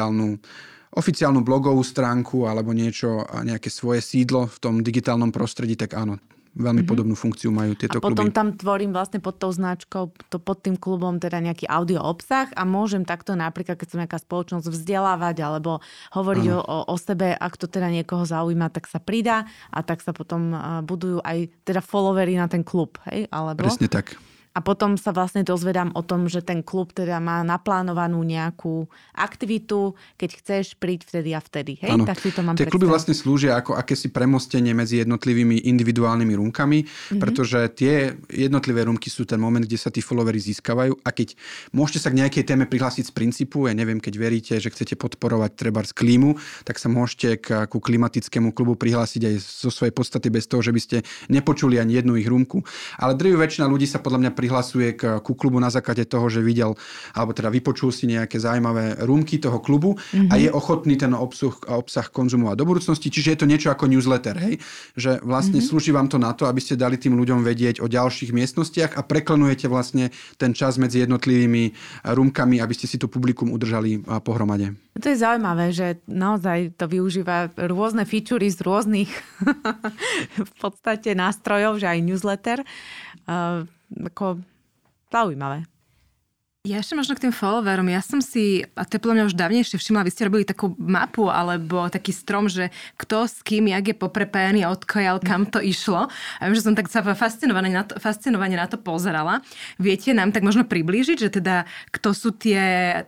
oficiálnu blogovú stránku alebo nejaké svoje sídlo v tom digitálnom prostredí, tak áno. Veľmi podobnú funkciu majú tieto kluby. A potom
tam tvorím vlastne pod tou značkou, pod tým klubom teda nejaký audio obsah a môžem takto napríklad, keď som nejaká spoločnosť vzdelávať alebo hovoriť o sebe, ak to teda niekoho zaujíma, tak sa pridá a tak sa potom budujú aj teda followery na ten klub. Hej? Alebo...
Presne tak.
A potom sa vlastne dozvedám o tom, že ten klub teda má naplánovanú nejakú aktivitu, keď chceš, príď vtedy a vtedy. Hej?
Áno.
Tak si to mám
Tie kluby vlastne slúžia ako akési premostenie medzi jednotlivými individuálnymi rúmkami, pretože tie jednotlivé rúmky sú ten moment, kde sa tí followery získavajú a keď môžete sa k nejakej téme prihlásiť z princípu, ja neviem, keď veríte, že chcete podporovať trebárs klímu, tak sa môžete ku klimatickému klubu prihlásiť aj zo svojej podstaty bez toho, že by ste nepočuli ani jednu ich rúmku. Ale drvivá väčšina ľudí sa podľa mňa prihlasuje ku klubu na základe toho, že videl, alebo teda vypočul si nejaké zaujímavé rúmky toho klubu a je ochotný ten obsah konzumovať do budúcnosti. Čiže je to niečo ako newsletter, hej? Že vlastne slúži vám to na to, aby ste dali tým ľuďom vedieť o ďalších miestnostiach a preklenujete vlastne ten čas medzi jednotlivými rúmkami, aby ste si to publikum udržali pohromade.
To je zaujímavé, že naozaj to využíva rôzne featurey z rôznych v podstate nástrojov, že aj newsletter. Ako zaujímavé.
Ja ešte možno k tým followerom. Ja som si, a to je podľa mňa už dávnejšie všimla, vy ste robili takú mapu alebo taký strom, že kto s kým, jak je poprepájaný a odkiaľ, kam to išlo. A viem, že som tak sa fascinovane na to pozerala. Viete nám tak možno priblížiť, že teda kto sú tie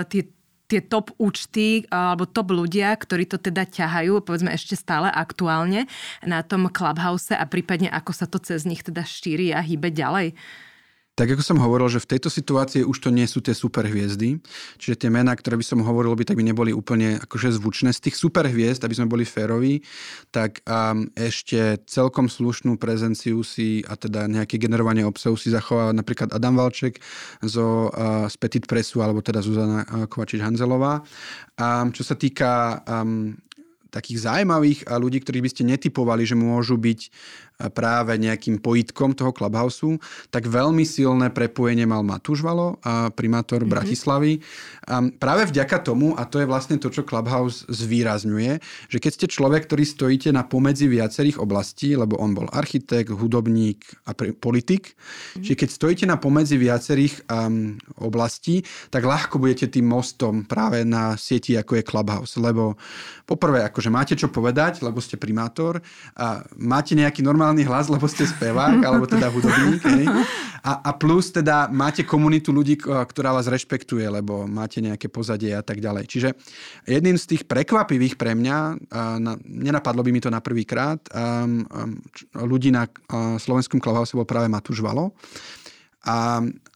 top účty alebo top ľudia, ktorí to teda ťahajú, povedzme ešte stále aktuálne na tom Clubhouse a prípadne ako sa to cez nich teda šíri a hýbe ďalej?
Tak ako som hovoril, že v tejto situácii už to nie sú tie superhviezdy, čiže tie mená, ktoré by som hovoril, tak by neboli úplne akože zvučné. Z tých superhviezd, aby sme boli féroví, tak ešte celkom slušnú prezenciu si a teda nejaké generovanie obsahu si zachová napríklad Adam Valček z Petit Pressu alebo teda Zuzana Kovačič-Hanzelová. A čo sa týka takých zaujímavých ľudí, ktorých by ste netypovali, že môžu byť práve nejakým pojitkom toho Clubhouse, tak veľmi silné prepojenie mal Matúš Valo, primátor Bratislavy. Práve vďaka tomu, a to je vlastne to, čo Clubhouse zvýrazňuje, že keď ste človek, ktorý stojíte na pomedzi viacerých oblastí, lebo on bol architekt, hudobník a politik, čiže keď stojíte na pomedzi viacerých oblastí, tak ľahko budete tým mostom práve na sieti, ako je Clubhouse, lebo poprvé, akože máte čo povedať, lebo ste primátor a máte nejaký normálny hlas, lebo ste spevák, alebo teda hudobník. Hej? A plus teda máte komunitu ľudí, ktorá vás rešpektuje, lebo máte nejaké pozadie a tak ďalej. Čiže jedným z tých prekvapivých pre mňa, nenapadlo by mi to na prvýkrát, ľudí na slovenskom Clubhouse bol práve Matúš Valo. A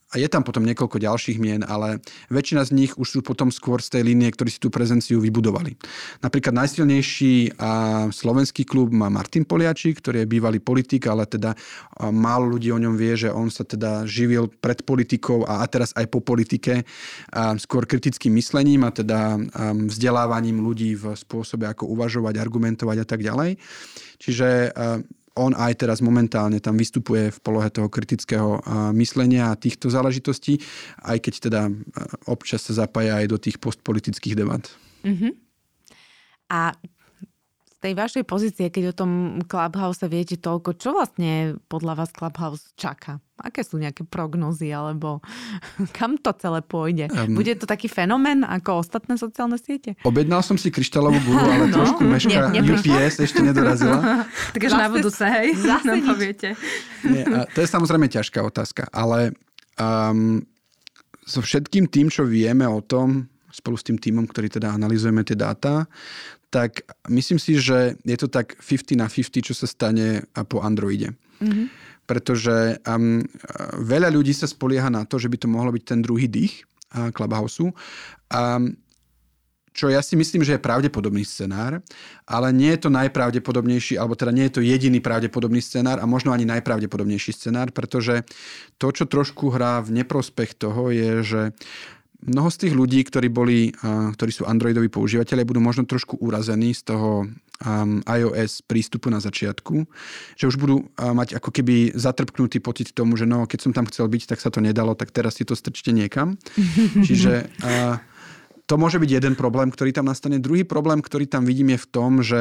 a je tam potom niekoľko ďalších mien, ale väčšina z nich už sú potom skôr z tej línie, ktorí si tú prezenciu vybudovali. Napríklad najsilnejší slovenský klub má Martin Poliačik, ktorý je bývalý politik, ale teda málo ľudí o ňom vie, že on sa teda živil pred politikou a teraz aj po politike skôr kritickým myslením a teda vzdelávaním ľudí v spôsobe, ako uvažovať, argumentovať a tak ďalej. Čiže on aj teraz momentálne tam vystupuje v polohe toho kritického myslenia a týchto záležitostí, aj keď teda občas sa zapája aj do tých postpolitických debat.
Uh-huh. A z tej vašej pozície, keď o tom Clubhouse viete toľko, čo vlastne podľa vás Clubhouse čaká? Aké sú nejaké prognózy, alebo kam to celé pôjde? Bude to taký fenomén ako ostatné sociálne siete?
Objednal som si kryštálovú gulu, ale trošku meška. UPS ešte nedorazila.
Takže na budúce, hej, nám poviete.
Nie, to je samozrejme ťažká otázka, ale so všetkým tým, čo vieme o tom, spolu s tým tímom, ktorý teda analyzujeme tie dáta, tak myslím si, že je to tak 50/50, čo sa stane po Androide. Mm-hmm. Pretože veľa ľudí sa spolieha na to, že by to mohlo byť ten druhý dých Clubhouse. Čo ja si myslím, že je pravdepodobný scenár, ale nie je to najpravdepodobnejší, alebo teda nie je to jediný pravdepodobný scenár a možno ani najpravdepodobnejší scenár, pretože to, čo trošku hrá v neprospech toho, je, že mnoho z tých ľudí, ktorí sú Androidoví používateľe, budú možno trošku urazení z toho iOS prístupu na začiatku, že už budú mať ako keby zatrpknutý pocit tomu, že no, keď som tam chcel byť, tak sa to nedalo, tak teraz si to strčte niekam. Čiže to môže byť jeden problém, ktorý tam nastane. Druhý problém, ktorý tam vidím, je v tom, že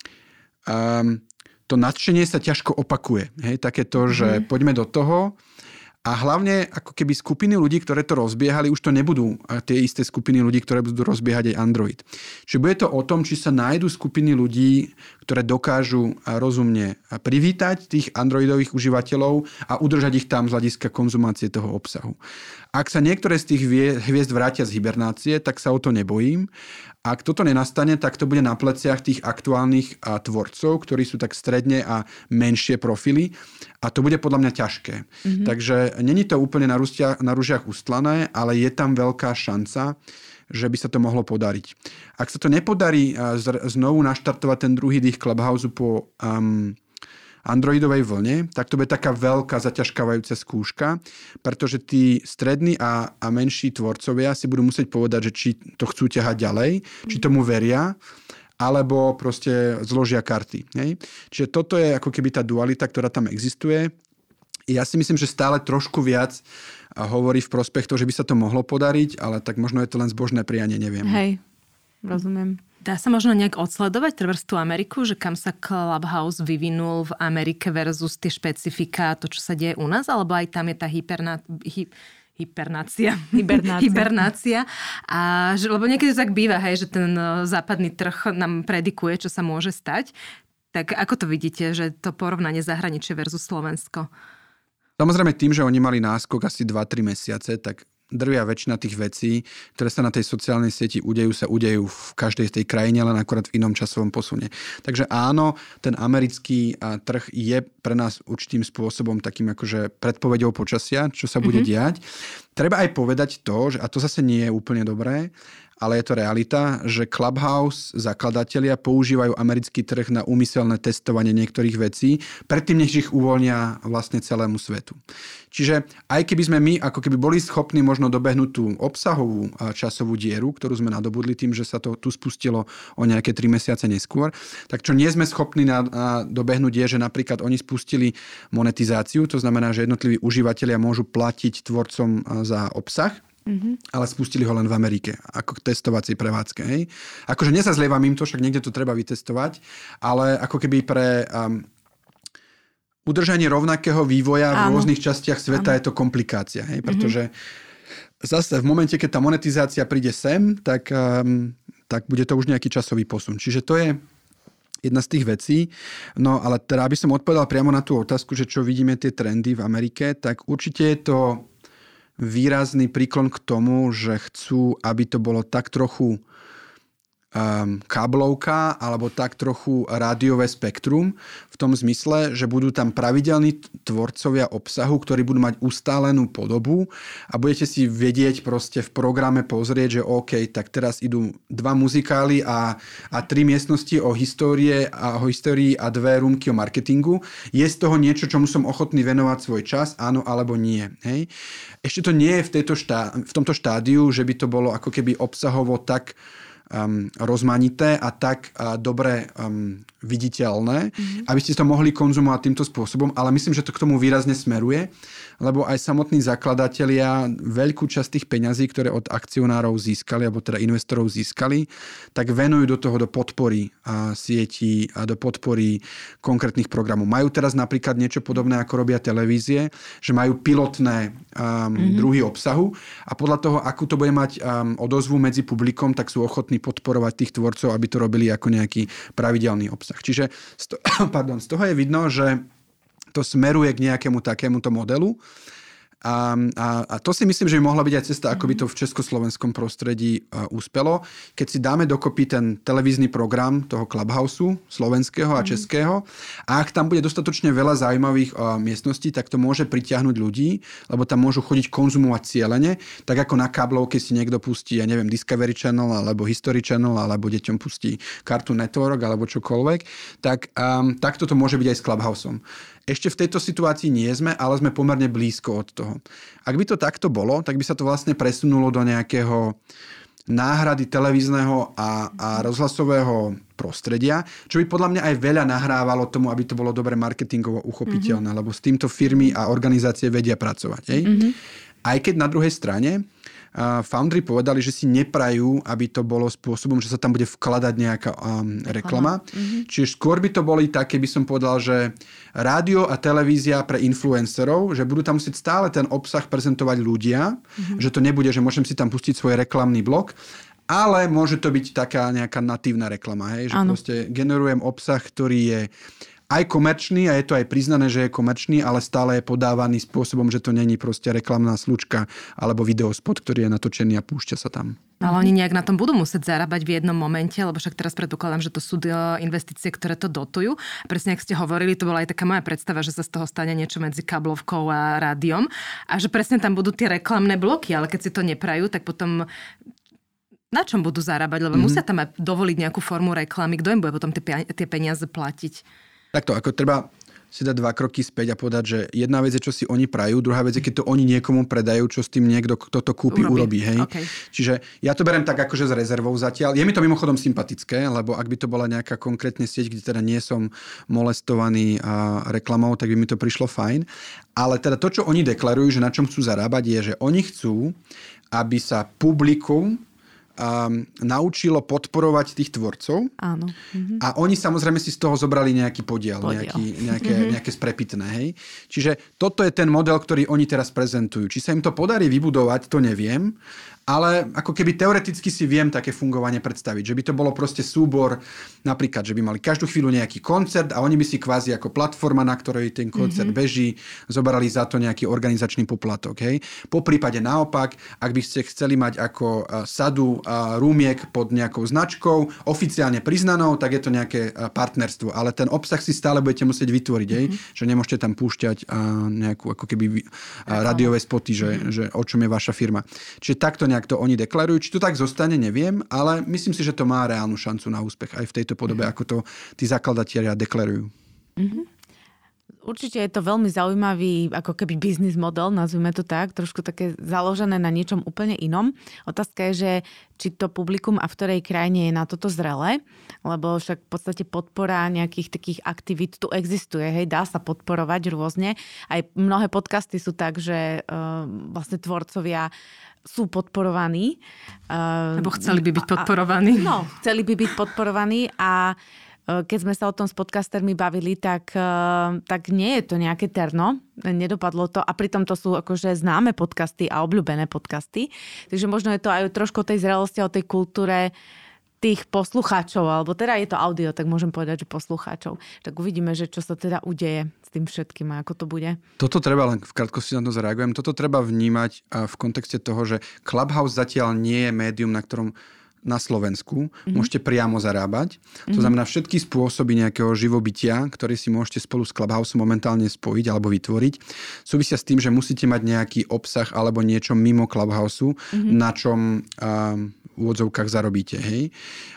to nadšenie sa ťažko opakuje. Hej, takéto, že poďme do toho. A hlavne ako keby skupiny ľudí, ktoré to rozbiehali, už to nebudú tie isté skupiny ľudí, ktoré budú rozbiehať aj Android. Čiže bude to o tom, či sa nájdú skupiny ľudí, ktoré dokážu rozumne privítať tých androidových užívateľov a udržať ich tam z hľadiska konzumácie toho obsahu. Ak sa niektoré z tých hviezd vrátia z hibernácie, tak sa o to nebojím. Ak toto nenastane, tak to bude na pleciach tých aktuálnych tvorcov, ktorí sú tak stredne a menšie profily. A to bude podľa mňa ťažké. Mm-hmm. Takže není to úplne na ružiach ustlané, ale je tam veľká šanca, že by sa to mohlo podariť. Ak sa to nepodarí znovu naštartovať ten druhý dých Clubhouse po androidovej vlne, tak to bude taká veľká zaťažkávajúca skúška, pretože tí strední a menší tvorcovia si budú musieť povedať, že či to chcú ťahať ďalej, či tomu veria, alebo proste zložia karty. Hej? Čiže toto je ako keby tá dualita, ktorá tam existuje. Ja si myslím, že stále trošku viac hovorí v prospech toho, že by sa to mohlo podariť, ale tak možno je to len zbožné prianie, neviem.
Hej, rozumiem.
Dá sa možno nejak odsledovať trebárs tú Ameriku, že kam sa Clubhouse vyvinul v Amerike versus tie špecifika, to, čo sa deje u nás, alebo aj tam je tá hibernácia. A lebo niekedy to tak býva, hej, že ten západný trh nám predikuje, čo sa môže stať. Tak ako to vidíte, že to porovnanie zahraničie versus Slovensko?
Samozrejme tým, že oni mali náskok asi 2-3 mesiace, tak drvia väčšina tých vecí, ktoré sa na tej sociálnej sieti udejú v každej tej krajine, len akorát v inom časovom posune. Takže áno, ten americký trh je pre nás určitým spôsobom takým akože predpovedou počasia, čo sa bude diať. Treba aj povedať to, že, a to zase nie je úplne dobré, ale je to realita, že Clubhouse zakladatelia používajú americký trh na úmyselné testovanie niektorých vecí, predtým než ich uvoľnia vlastne celému svetu. Čiže aj keby sme my ako keby boli schopní možno dobehnúť tú obsahovú časovú dieru, ktorú sme nadobudli tým, že sa to tu spustilo o nejaké 3 mesiace neskôr, tak čo nie sme schopní dobehnúť je, že napríklad oni spustili monetizáciu, to znamená, že jednotliví užívateľia môžu platiť tvorcom za obsah, ale spustili ho len v Amerike, ako testovacej prevádzke. Hej? Akože nezazlievam im to, však niekde to treba vytestovať, ale ako keby pre udržanie rovnakého vývoja v rôznych častiach sveta je to komplikácia. Hej? Pretože zase v momente, keď tá monetizácia príde sem, tak bude to už nejaký časový posun. Čiže to je jedna z tých vecí. No ale teda, aby som odpovedal priamo na tú otázku, že čo vidíme tie trendy v Amerike, tak určite je to výrazný príklon k tomu, že chcú, aby to bolo tak trochu káblovka alebo tak trochu rádiové spektrum v tom zmysle, že budú tam pravidelní tvorcovia obsahu, ktorí budú mať ustálenú podobu a budete si vedieť proste v programe pozrieť, že OK, tak teraz idú 2 muzikály a 3 miestnosti o histórii a 2 rúmky o marketingu. Je z toho niečo, čomu som ochotný venovať svoj čas, áno alebo nie. Hej? Ešte to nie je v tomto štádiu, že by to bolo ako keby obsahovo tak rozmanité a tak dobre viditeľné, aby ste to mohli konzumovať týmto spôsobom, ale myslím, že to k tomu výrazne smeruje, lebo aj samotní zakladatelia veľkú časť tých peňazí, ktoré od akcionárov získali, alebo teda investorov získali, tak venujú do toho do podpory sietí a do podpory konkrétnych programov. Majú teraz napríklad niečo podobné, ako robia televízie, že majú pilotné druhy obsahu a podľa toho, akú to bude mať odozvu medzi publikom, tak sú ochotní podporovať tých tvorcov, aby to robili ako nejaký pravidelný obsah. Čiže z toho je vidno, že to smeruje k nejakému takémuto modelu. A to si myslím, že by mohla byť aj cesta, ako by to v československom prostredí úspelo. Keď si dáme dokopy ten televízny program toho Clubhouseu, slovenského a českého, a ak tam bude dostatočne veľa zaujímavých miestností, tak to môže pritiahnuť ľudí, lebo tam môžu chodiť konzumovať cieľene, tak ako na káblovke si niekto pustí, ja neviem, Discovery Channel, alebo History Channel, alebo deťom pustí Cartoon Network, alebo čokoľvek, tak takto to môže byť aj s Clubhouseom. Ešte v tejto situácii nie sme, ale sme pomerne blízko od toho. Ak by to takto bolo, tak by sa to vlastne presunulo do nejakého náhrady televízneho a rozhlasového prostredia, čo by podľa mňa aj veľa nahrávalo tomu, aby to bolo dobre marketingovo uchopiteľné, lebo s týmto firmy a organizácie vedia pracovať. Aj keď na druhej strane foundry povedali, že si neprajú, aby to bolo spôsobom, že sa tam bude vkladať nejaká reklama. Čiže skôr by to boli také, by som povedal, že rádio a televízia pre influencerov, že budú tam musieť stále ten obsah prezentovať ľudia, že to nebude, že môžem si tam pustiť svoj reklamný blok, ale môže to byť taká nejaká natívna reklama. Hej? Že proste generujem obsah, ktorý je aj komerčný a je to aj priznané, že je komerčný, ale stále je podávaný spôsobom, že to není proste reklamná slučka alebo videospot, ktorý je natočený a púšťa sa tam.
Ale oni nejak na tom budú musieť zarábať v jednom momente, lebo však teraz predpokladám, že to sú investície, ktoré to dotujú. Presne, ak ste hovorili, to bola aj taká moja predstava, že sa z toho stane niečo medzi kablovkou a rádiom a že presne tam budú tie reklamné bloky, ale keď si to neprajú, tak potom na čom budú zarábať? Lebo musia tam aj dovoliť nejakú formu reklamy. Kto im bude potom tie peniaze platiť?
Takto, ako treba si dať 2 kroky späť a povedať, že jedna vec je, čo si oni prajú, druhá vec je, keď to oni niekomu predajú, čo s tým niekto, kto to kúpi, urobí. Hej? Okay. Čiže ja to beriem tak akože s rezervou zatiaľ. Je mi to mimochodom sympatické, lebo ak by to bola nejaká konkrétne sieť, kde teda nie som molestovaný reklamou, tak by mi to prišlo fajn. Ale teda to, čo oni deklarujú, že na čom chcú zarábať, je, že oni chcú, aby sa publikum naučilo podporovať tých tvorcov.
Áno.
A oni samozrejme si z toho zobrali nejaký podiel. Nejaké sprepitné. Hej? Čiže toto je ten model, ktorý oni teraz prezentujú. Či sa im to podarí vybudovať, to neviem. Ale ako keby teoreticky si viem také fungovanie predstaviť. Že by to bolo proste súbor, napríklad, že by mali každú chvíľu nejaký koncert a oni by si kvázi ako platforma, na ktorej ten koncert beží, zobrali za to nejaký organizačný poplatok. Hej? Po prípade naopak, ak by ste chceli mať ako sadu rúmiek pod nejakou značkou, oficiálne priznanou, tak je to nejaké partnerstvo. Ale ten obsah si stále budete musieť vytvoriť. Že nemôžete tam púšťať nejakú ako keby rádiové spoty, že o čom je vaša firma. Čiže takto nejak to oni deklarujú. Či to tak zostane, neviem, ale myslím si, že to má reálnu šancu na úspech aj v tejto podobe, ako to tí zakladatelia deklarujú.
Určite je to veľmi zaujímavý ako keby biznis model, nazvime to tak, trošku také založené na niečom úplne inom. Otázka je, že či to publikum a v ktorej krajine je na toto zrelé, lebo však v podstate podpora nejakých takých aktivít tu existuje, hej, dá sa podporovať rôzne. Aj mnohé podcasty sú tak, že vlastne tvorcovia sú podporovaní.
Lebo chceli by byť podporovaní.
Chceli by byť podporovaní a keď sme sa o tom s podcastermi bavili, tak nie je to nejaké terno, nedopadlo to a pritom to sú akože známe podcasty a obľúbené podcasty. Takže možno je to aj trošku o tej zrelosti, o tej kultúre tých poslucháčov, alebo teda je to audio, tak môžem povedať, že poslucháčov. Tak uvidíme, že čo sa teda udeje s tým všetkým a ako to bude.
Toto treba, len v krátkosti na to zareagujem, toto treba vnímať v kontexte toho, že Clubhouse zatiaľ nie je médium, na ktorom na Slovensku, môžete priamo zarábať. To znamená všetky spôsoby nejakého živobytia, ktoré si môžete spolu s Clubhouse momentálne spojiť alebo vytvoriť, súvisia s tým, že musíte mať nejaký obsah alebo niečo mimo Clubhouse, na čom v úvodzovkách zarobíte. Hej?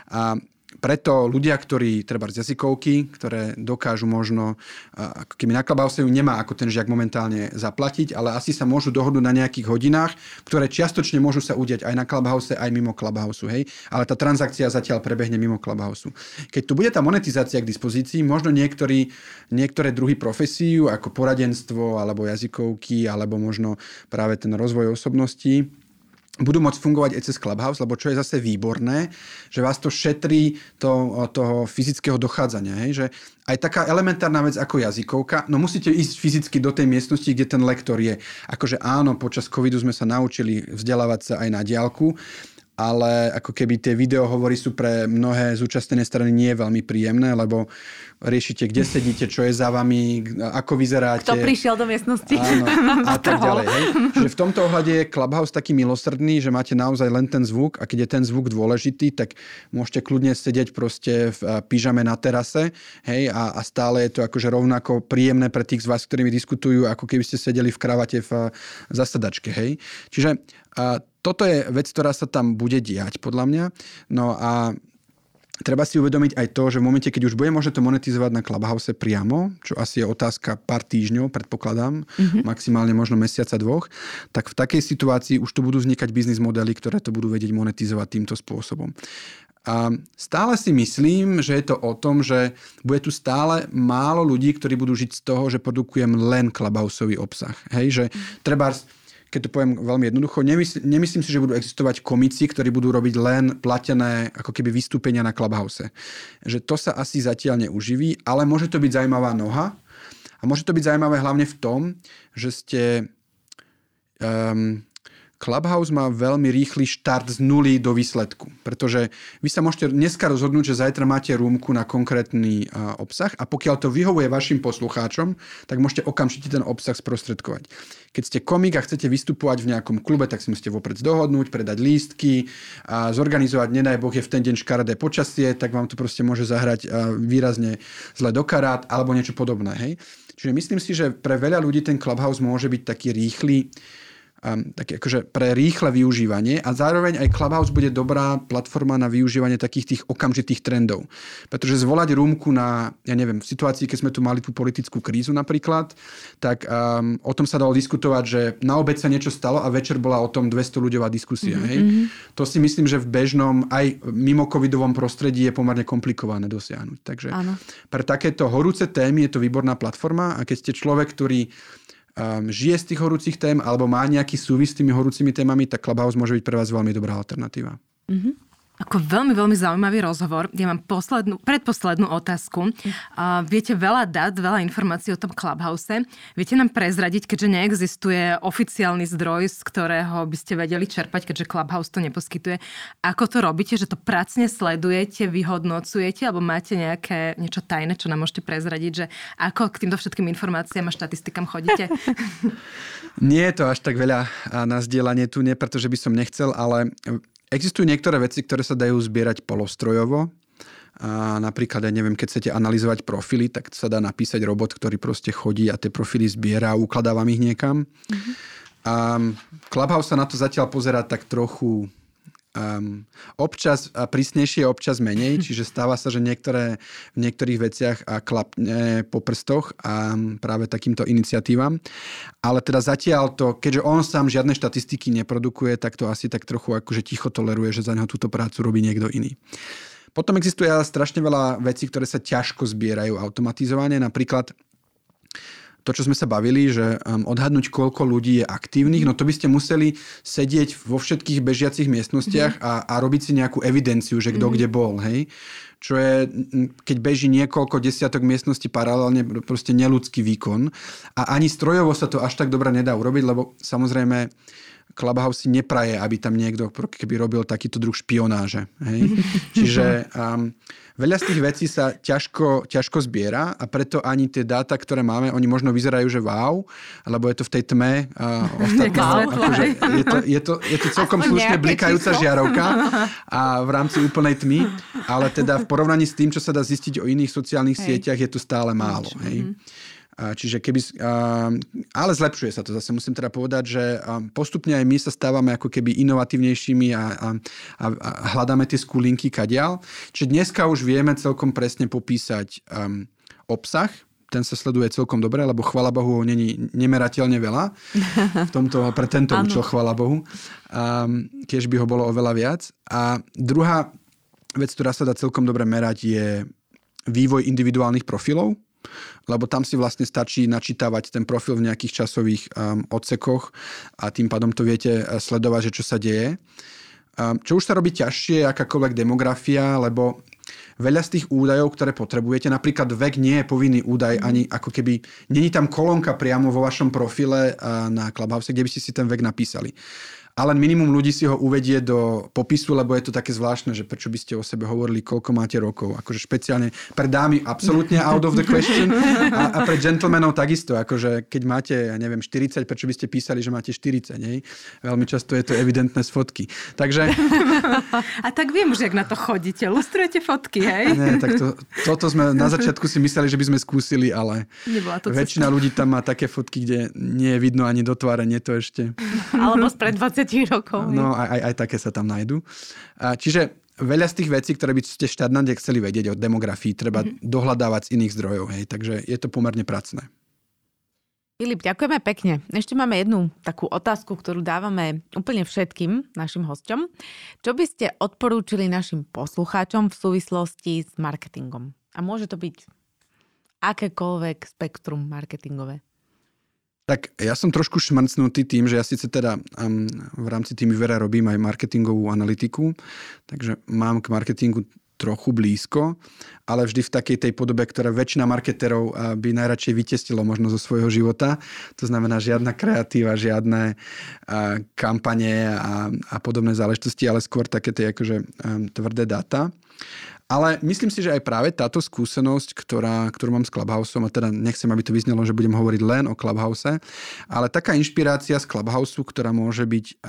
A preto ľudia, ktorí treba z jazykovky, ktoré dokážu možno, ako keby na Clubhouse ju nemá ako ten žiak momentálne zaplatiť, ale asi sa môžu dohodnúť na nejakých hodinách, ktoré čiastočne môžu sa udiať aj na Clubhouse, aj mimo Clubhouse, hej. Ale tá transakcia zatiaľ prebehne mimo Clubhouse. Keď tu bude tá monetizácia k dispozícii, možno niektoré druhy profesiu, ako poradenstvo, alebo jazykovky, alebo možno práve ten rozvoj osobností, budú môcť fungovať aj cez Clubhouse, lebo čo je zase výborné, že vás to šetrí toho fyzického dochádzania. Hej? Že aj taká elementárna vec ako jazykovka, no musíte ísť fyzicky do tej miestnosti, kde ten lektor je. Akože áno, počas covidu sme sa naučili vzdelávať sa aj na diaľku, ale ako keby tie videohovory sú pre mnohé zúčastnené strany nie veľmi príjemné, lebo riešite, kde sedíte, čo je za vami, ako vyzeráte.
Kto prišiel do miestnosti.
Áno, a tak ďalej. Hej. Že v tomto ohľade je Clubhouse taký milosrdný, že máte naozaj len ten zvuk a keď je ten zvuk dôležitý, tak môžete kľudne sedieť proste v pyžame na terase, hej, a stále je to akože rovnako príjemné pre tých z vás, ktorými diskutujú, ako keby ste sedeli v kravate v zasadačke. Hej. Čiže toto je vec, ktorá sa tam bude diať, podľa mňa. No a treba si uvedomiť aj to, že v momente, keď už bude možné to monetizovať na Clubhouse priamo, čo asi je otázka pár týždňov, predpokladám, maximálne možno mesiaca, 2, tak v takej situácii už tu budú vznikať biznis modely, ktoré to budú vedieť monetizovať týmto spôsobom. A stále si myslím, že je to o tom, že bude tu stále málo ľudí, ktorí budú žiť z toho, že produkujem len Clubhouseový obsah. Hej, že trebárs, keď to poviem veľmi jednoducho, nemyslím si, že budú existovať komici, ktorí budú robiť len platené ako keby vystúpenia na Clubhouse. Že to sa asi zatiaľ neuživí, ale môže to byť zaujímavá noha a môže to byť zaujímavé hlavne v tom, že ste... Clubhouse má veľmi rýchly štart z nuly do výsledku, pretože vy sa môžete dneska rozhodnúť, že zajtra máte rúmku na konkrétny obsah a pokiaľ to vyhovuje vašim poslucháčom, tak môžete okamžite ten obsah sprostredkovať. Keď ste komik a chcete vystupovať v nejakom klube, tak si musíte vopred dohodnúť, predať lístky a zorganizovať, nedaj Boh, je v ten deň škaredé počasie, tak vám to proste môže zahrať výrazne zle do karát alebo niečo podobné. Hej? Čiže myslím si, že pre veľa ľudí ten Clubhouse môže byť taký rýchly, také akože pre rýchle využívanie a zároveň aj Clubhouse bude dobrá platforma na využívanie takých tých okamžitých trendov. Pretože zvolať rúmku na, ja neviem, v situácii, keď sme tu mali tú politickú krízu napríklad, tak o tom sa dalo diskutovať, že na obed sa niečo stalo a večer bola o tom 200-ľuďová diskusia. Hej? To si myslím, že v bežnom aj mimo covidovom prostredí je pomerne komplikované dosiahnuť. Takže pre takéto horúce témy je to výborná platforma a keď ste človek, ktorý žije z tých horúcich tém alebo má nejaký súvis s tými horúcimi témami, tak Clubhouse môže byť pre vás veľmi dobrá alternatíva.
Ako veľmi, veľmi zaujímavý rozhovor. Ja mám predposlednú otázku. Viete veľa dát, veľa informácií o tom Clubhouse. Viete nám prezradiť, keďže neexistuje oficiálny zdroj, z ktorého by ste vedeli čerpať, keďže Clubhouse to neposkytuje. Ako to robíte, že to pracne sledujete, vyhodnocujete, alebo máte niečo tajné, čo nám môžete prezradiť, že ako k týmto všetkým informáciám a štatistikám chodíte?
Nie je to až tak veľa na zdieľanie tu, nie pretože by som nechcel, ale existujú niektoré veci, ktoré sa dajú zbierať polostrojovo. A napríklad, ja neviem, keď chcete analyzovať profily, tak sa dá napísať robot, ktorý proste chodí a tie profily zbiera a ukladá vám ich niekam. A Clubhouse sa na to zatiaľ pozerá tak trochu občas prísnejšie, občas menej, čiže stáva sa, že v niektorých veciach klapne po prstoch a práve takýmto iniciatívam. Ale teda zatiaľ to, keďže on sám žiadne štatistiky neprodukuje, tak to asi tak trochu akože ticho toleruje, že za neho túto prácu robí niekto iný. Potom existuje strašne veľa vecí, ktoré sa ťažko zbierajú automatizovane, napríklad to, čo sme sa bavili, že odhadnúť, koľko ľudí je aktívnych, no to by ste museli sedieť vo všetkých bežiacich miestnostiach a robiť si nejakú evidenciu, že kto kde bol, hej. čo je, keď beží niekoľko desiatok miestností paralelne, proste neľudský výkon. A ani strojovo sa to až tak dobre nedá urobiť, lebo samozrejme Clubhouse si nepraje, aby tam niekto keby robil takýto druh špionáže. Hej? Čiže veľa z tých vecí sa ťažko zbiera a preto ani tie dáta, ktoré máme, oni možno vyzerajú, že wow, lebo je to v tej tme. Akože je to celkom slušne blikajúca žiarovka a v rámci úplnej tmy, ale teda v porovnaní s tým, čo sa dá zistiť o iných sociálnych sieťach, je to stále málo. Hej? Čiže ale zlepšuje sa to. Zase musím teda povedať, že postupne aj my sa stávame ako keby inovatívnejšími a hľadáme tie skulinky kadiaľ. Čiže dneska už vieme celkom presne popísať obsah. Ten sa sleduje celkom dobre, lebo chvála Bohu ho není nemerateľne veľa. Pre tento účel chvála Bohu. Keď by ho bolo oveľa viac. A druhá vec, ktorá sa dá celkom dobre merať, je vývoj individuálnych profilov. Lebo tam si vlastne stačí načítavať ten profil v nejakých časových odsekoch a tým pádom to viete sledovať, že čo sa deje. Čo už sa robí ťažšie, akákoľvek demografia, lebo veľa z tých údajov, ktoré potrebujete, napríklad vek nie je povinný údaj, ani ako keby, není tam kolónka priamo vo vašom profile na Clubhouse, kde by ste si ten vek napísali. Ale minimum ľudí si ho uvedie do popisu, lebo je to také zvláštne, že prečo by ste o sebe hovorili, koľko máte rokov. Akože špeciálne pre dámy absolútne out of the question a pre gentlemanov takisto. Akože keď máte, ja neviem, 40, prečo by ste písali, že máte 40, nie? Veľmi často je to evidentné z fotky. Takže...
A tak viem už, jak na to chodíte. Lustrujete fotky, hej?
Nie, tak toto sme na začiatku si mysleli, že by sme skúsili, ale väčšina ľudí tam má také fotky, kde nie je vidno ani do tváre, nie to ešte.
Alebo spred 20 rokov.
No, aj také sa tam nájdú. Čiže veľa z tých vecí, ktoré by ste štátne chceli vedieť o demografii, treba dohľadávať z iných zdrojov. Hej. Takže je to pomerne pracné.
Filip, ďakujeme pekne. Ešte máme jednu takú otázku, ktorú dávame úplne všetkým našim hosťom. Čo by ste odporúčili našim poslucháčom v súvislosti s marketingom? A môže to byť akékoľvek spektrum marketingové.
Tak ja som trošku šmrcnutý tým, že ja síce teda v rámci TeamVievera robím aj marketingovú analytiku, takže mám k marketingu trochu blízko, ale vždy v takej tej podobe, ktorá väčšina marketerov by najradšej vytestilo možno zo svojho života. To znamená žiadna kreatíva, žiadne kampane a podobné záležitosti, ale skôr také tie akože tvrdé dáta. Ale myslím si, že aj práve táto skúsenosť, ktorú mám s Clubhouseom, a teda nechcem, aby to vyznelo, že budem hovoriť len o Clubhouse, ale taká inšpirácia z Clubhouseu, ktorá môže byť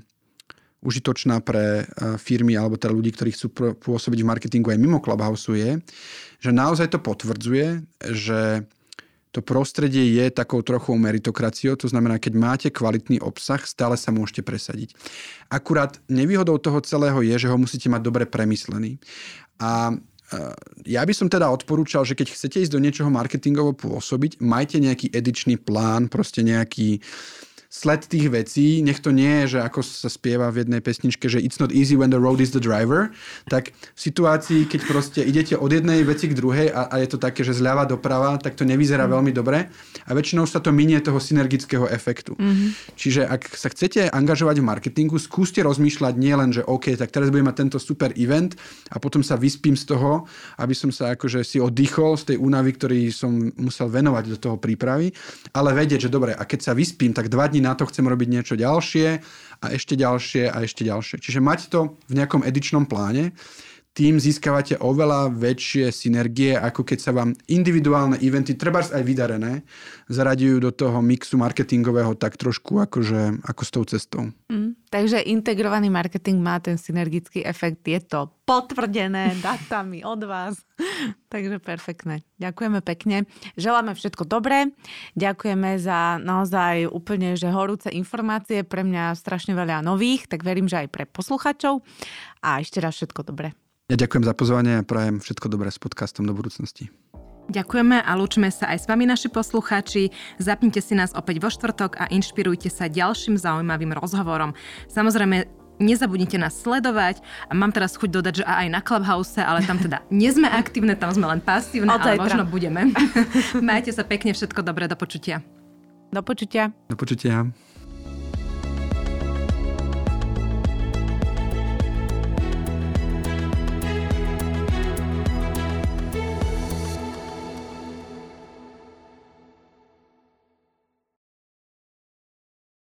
užitočná pre firmy alebo teda ľudí, ktorí chcú pôsobiť v marketingu aj mimo Clubhouseu, je, že naozaj to potvrdzuje, že to prostredie je takou trochu meritokraciou, to znamená, keď máte kvalitný obsah, stále sa môžete presadiť. Akurát nevýhodou toho celého je, že ho musíte mať dobre premyslený. A ja by som teda odporúčal, že keď chcete ísť do niečoho marketingovo pôsobiť, majte nejaký edičný plán, proste nejaký sled tých vecí. Nech to nie je, že ako sa spieva v jednej pesničke, že it's not easy when the road is the driver. Tak v situácii, keď proste idete od jednej veci k druhej a je to také, že zľava doprava, tak to nevyzerá veľmi dobre a väčšinou sa to minie toho synergického efektu. Čiže ak sa chcete angažovať v marketingu, skúste rozmýšľať nie len, že OK, tak teraz budem mať tento super event a potom sa vyspím z toho, aby som sa akože si oddychol z tej únavy, ktorý som musel venovať do toho prípravy, ale vedieť, že dobre, a keď sa vyspím, tak 2 dní na to chcem robiť niečo ďalšie a ešte ďalšie a ešte ďalšie. Čiže mať to v nejakom edičnom pláne, tým získavate oveľa väčšie synergie, ako keď sa vám individuálne eventy, trebárs aj vydarené, zaraďujú do toho mixu marketingového tak trošku akože, ako s tou cestou.
Takže integrovaný marketing má ten synergický efekt. Je to potvrdené datami od vás. Takže perfektné. Ďakujeme pekne. Želáme všetko dobré. Ďakujeme za naozaj úplne že horúce informácie. Pre mňa strašne veľa nových, tak verím, že aj pre posluchačov. A ešte raz všetko dobré.
Ja ďakujem za pozvanie a prajem všetko dobré s podcastom do budúcnosti.
Ďakujeme a lúčime sa aj s vami, naši poslucháči. Zapnite si nás opäť vo štvrtok a inšpirujte sa ďalším zaujímavým rozhovorom. Samozrejme, nezabudnite nás sledovať a mám teraz chuť dodať, že aj na Clubhouse, ale tam teda nie sme aktívne, tam sme len pasívne, ale možno budeme. Majte sa pekne, všetko dobré, do počutia.
Do počutia.
Do počutia.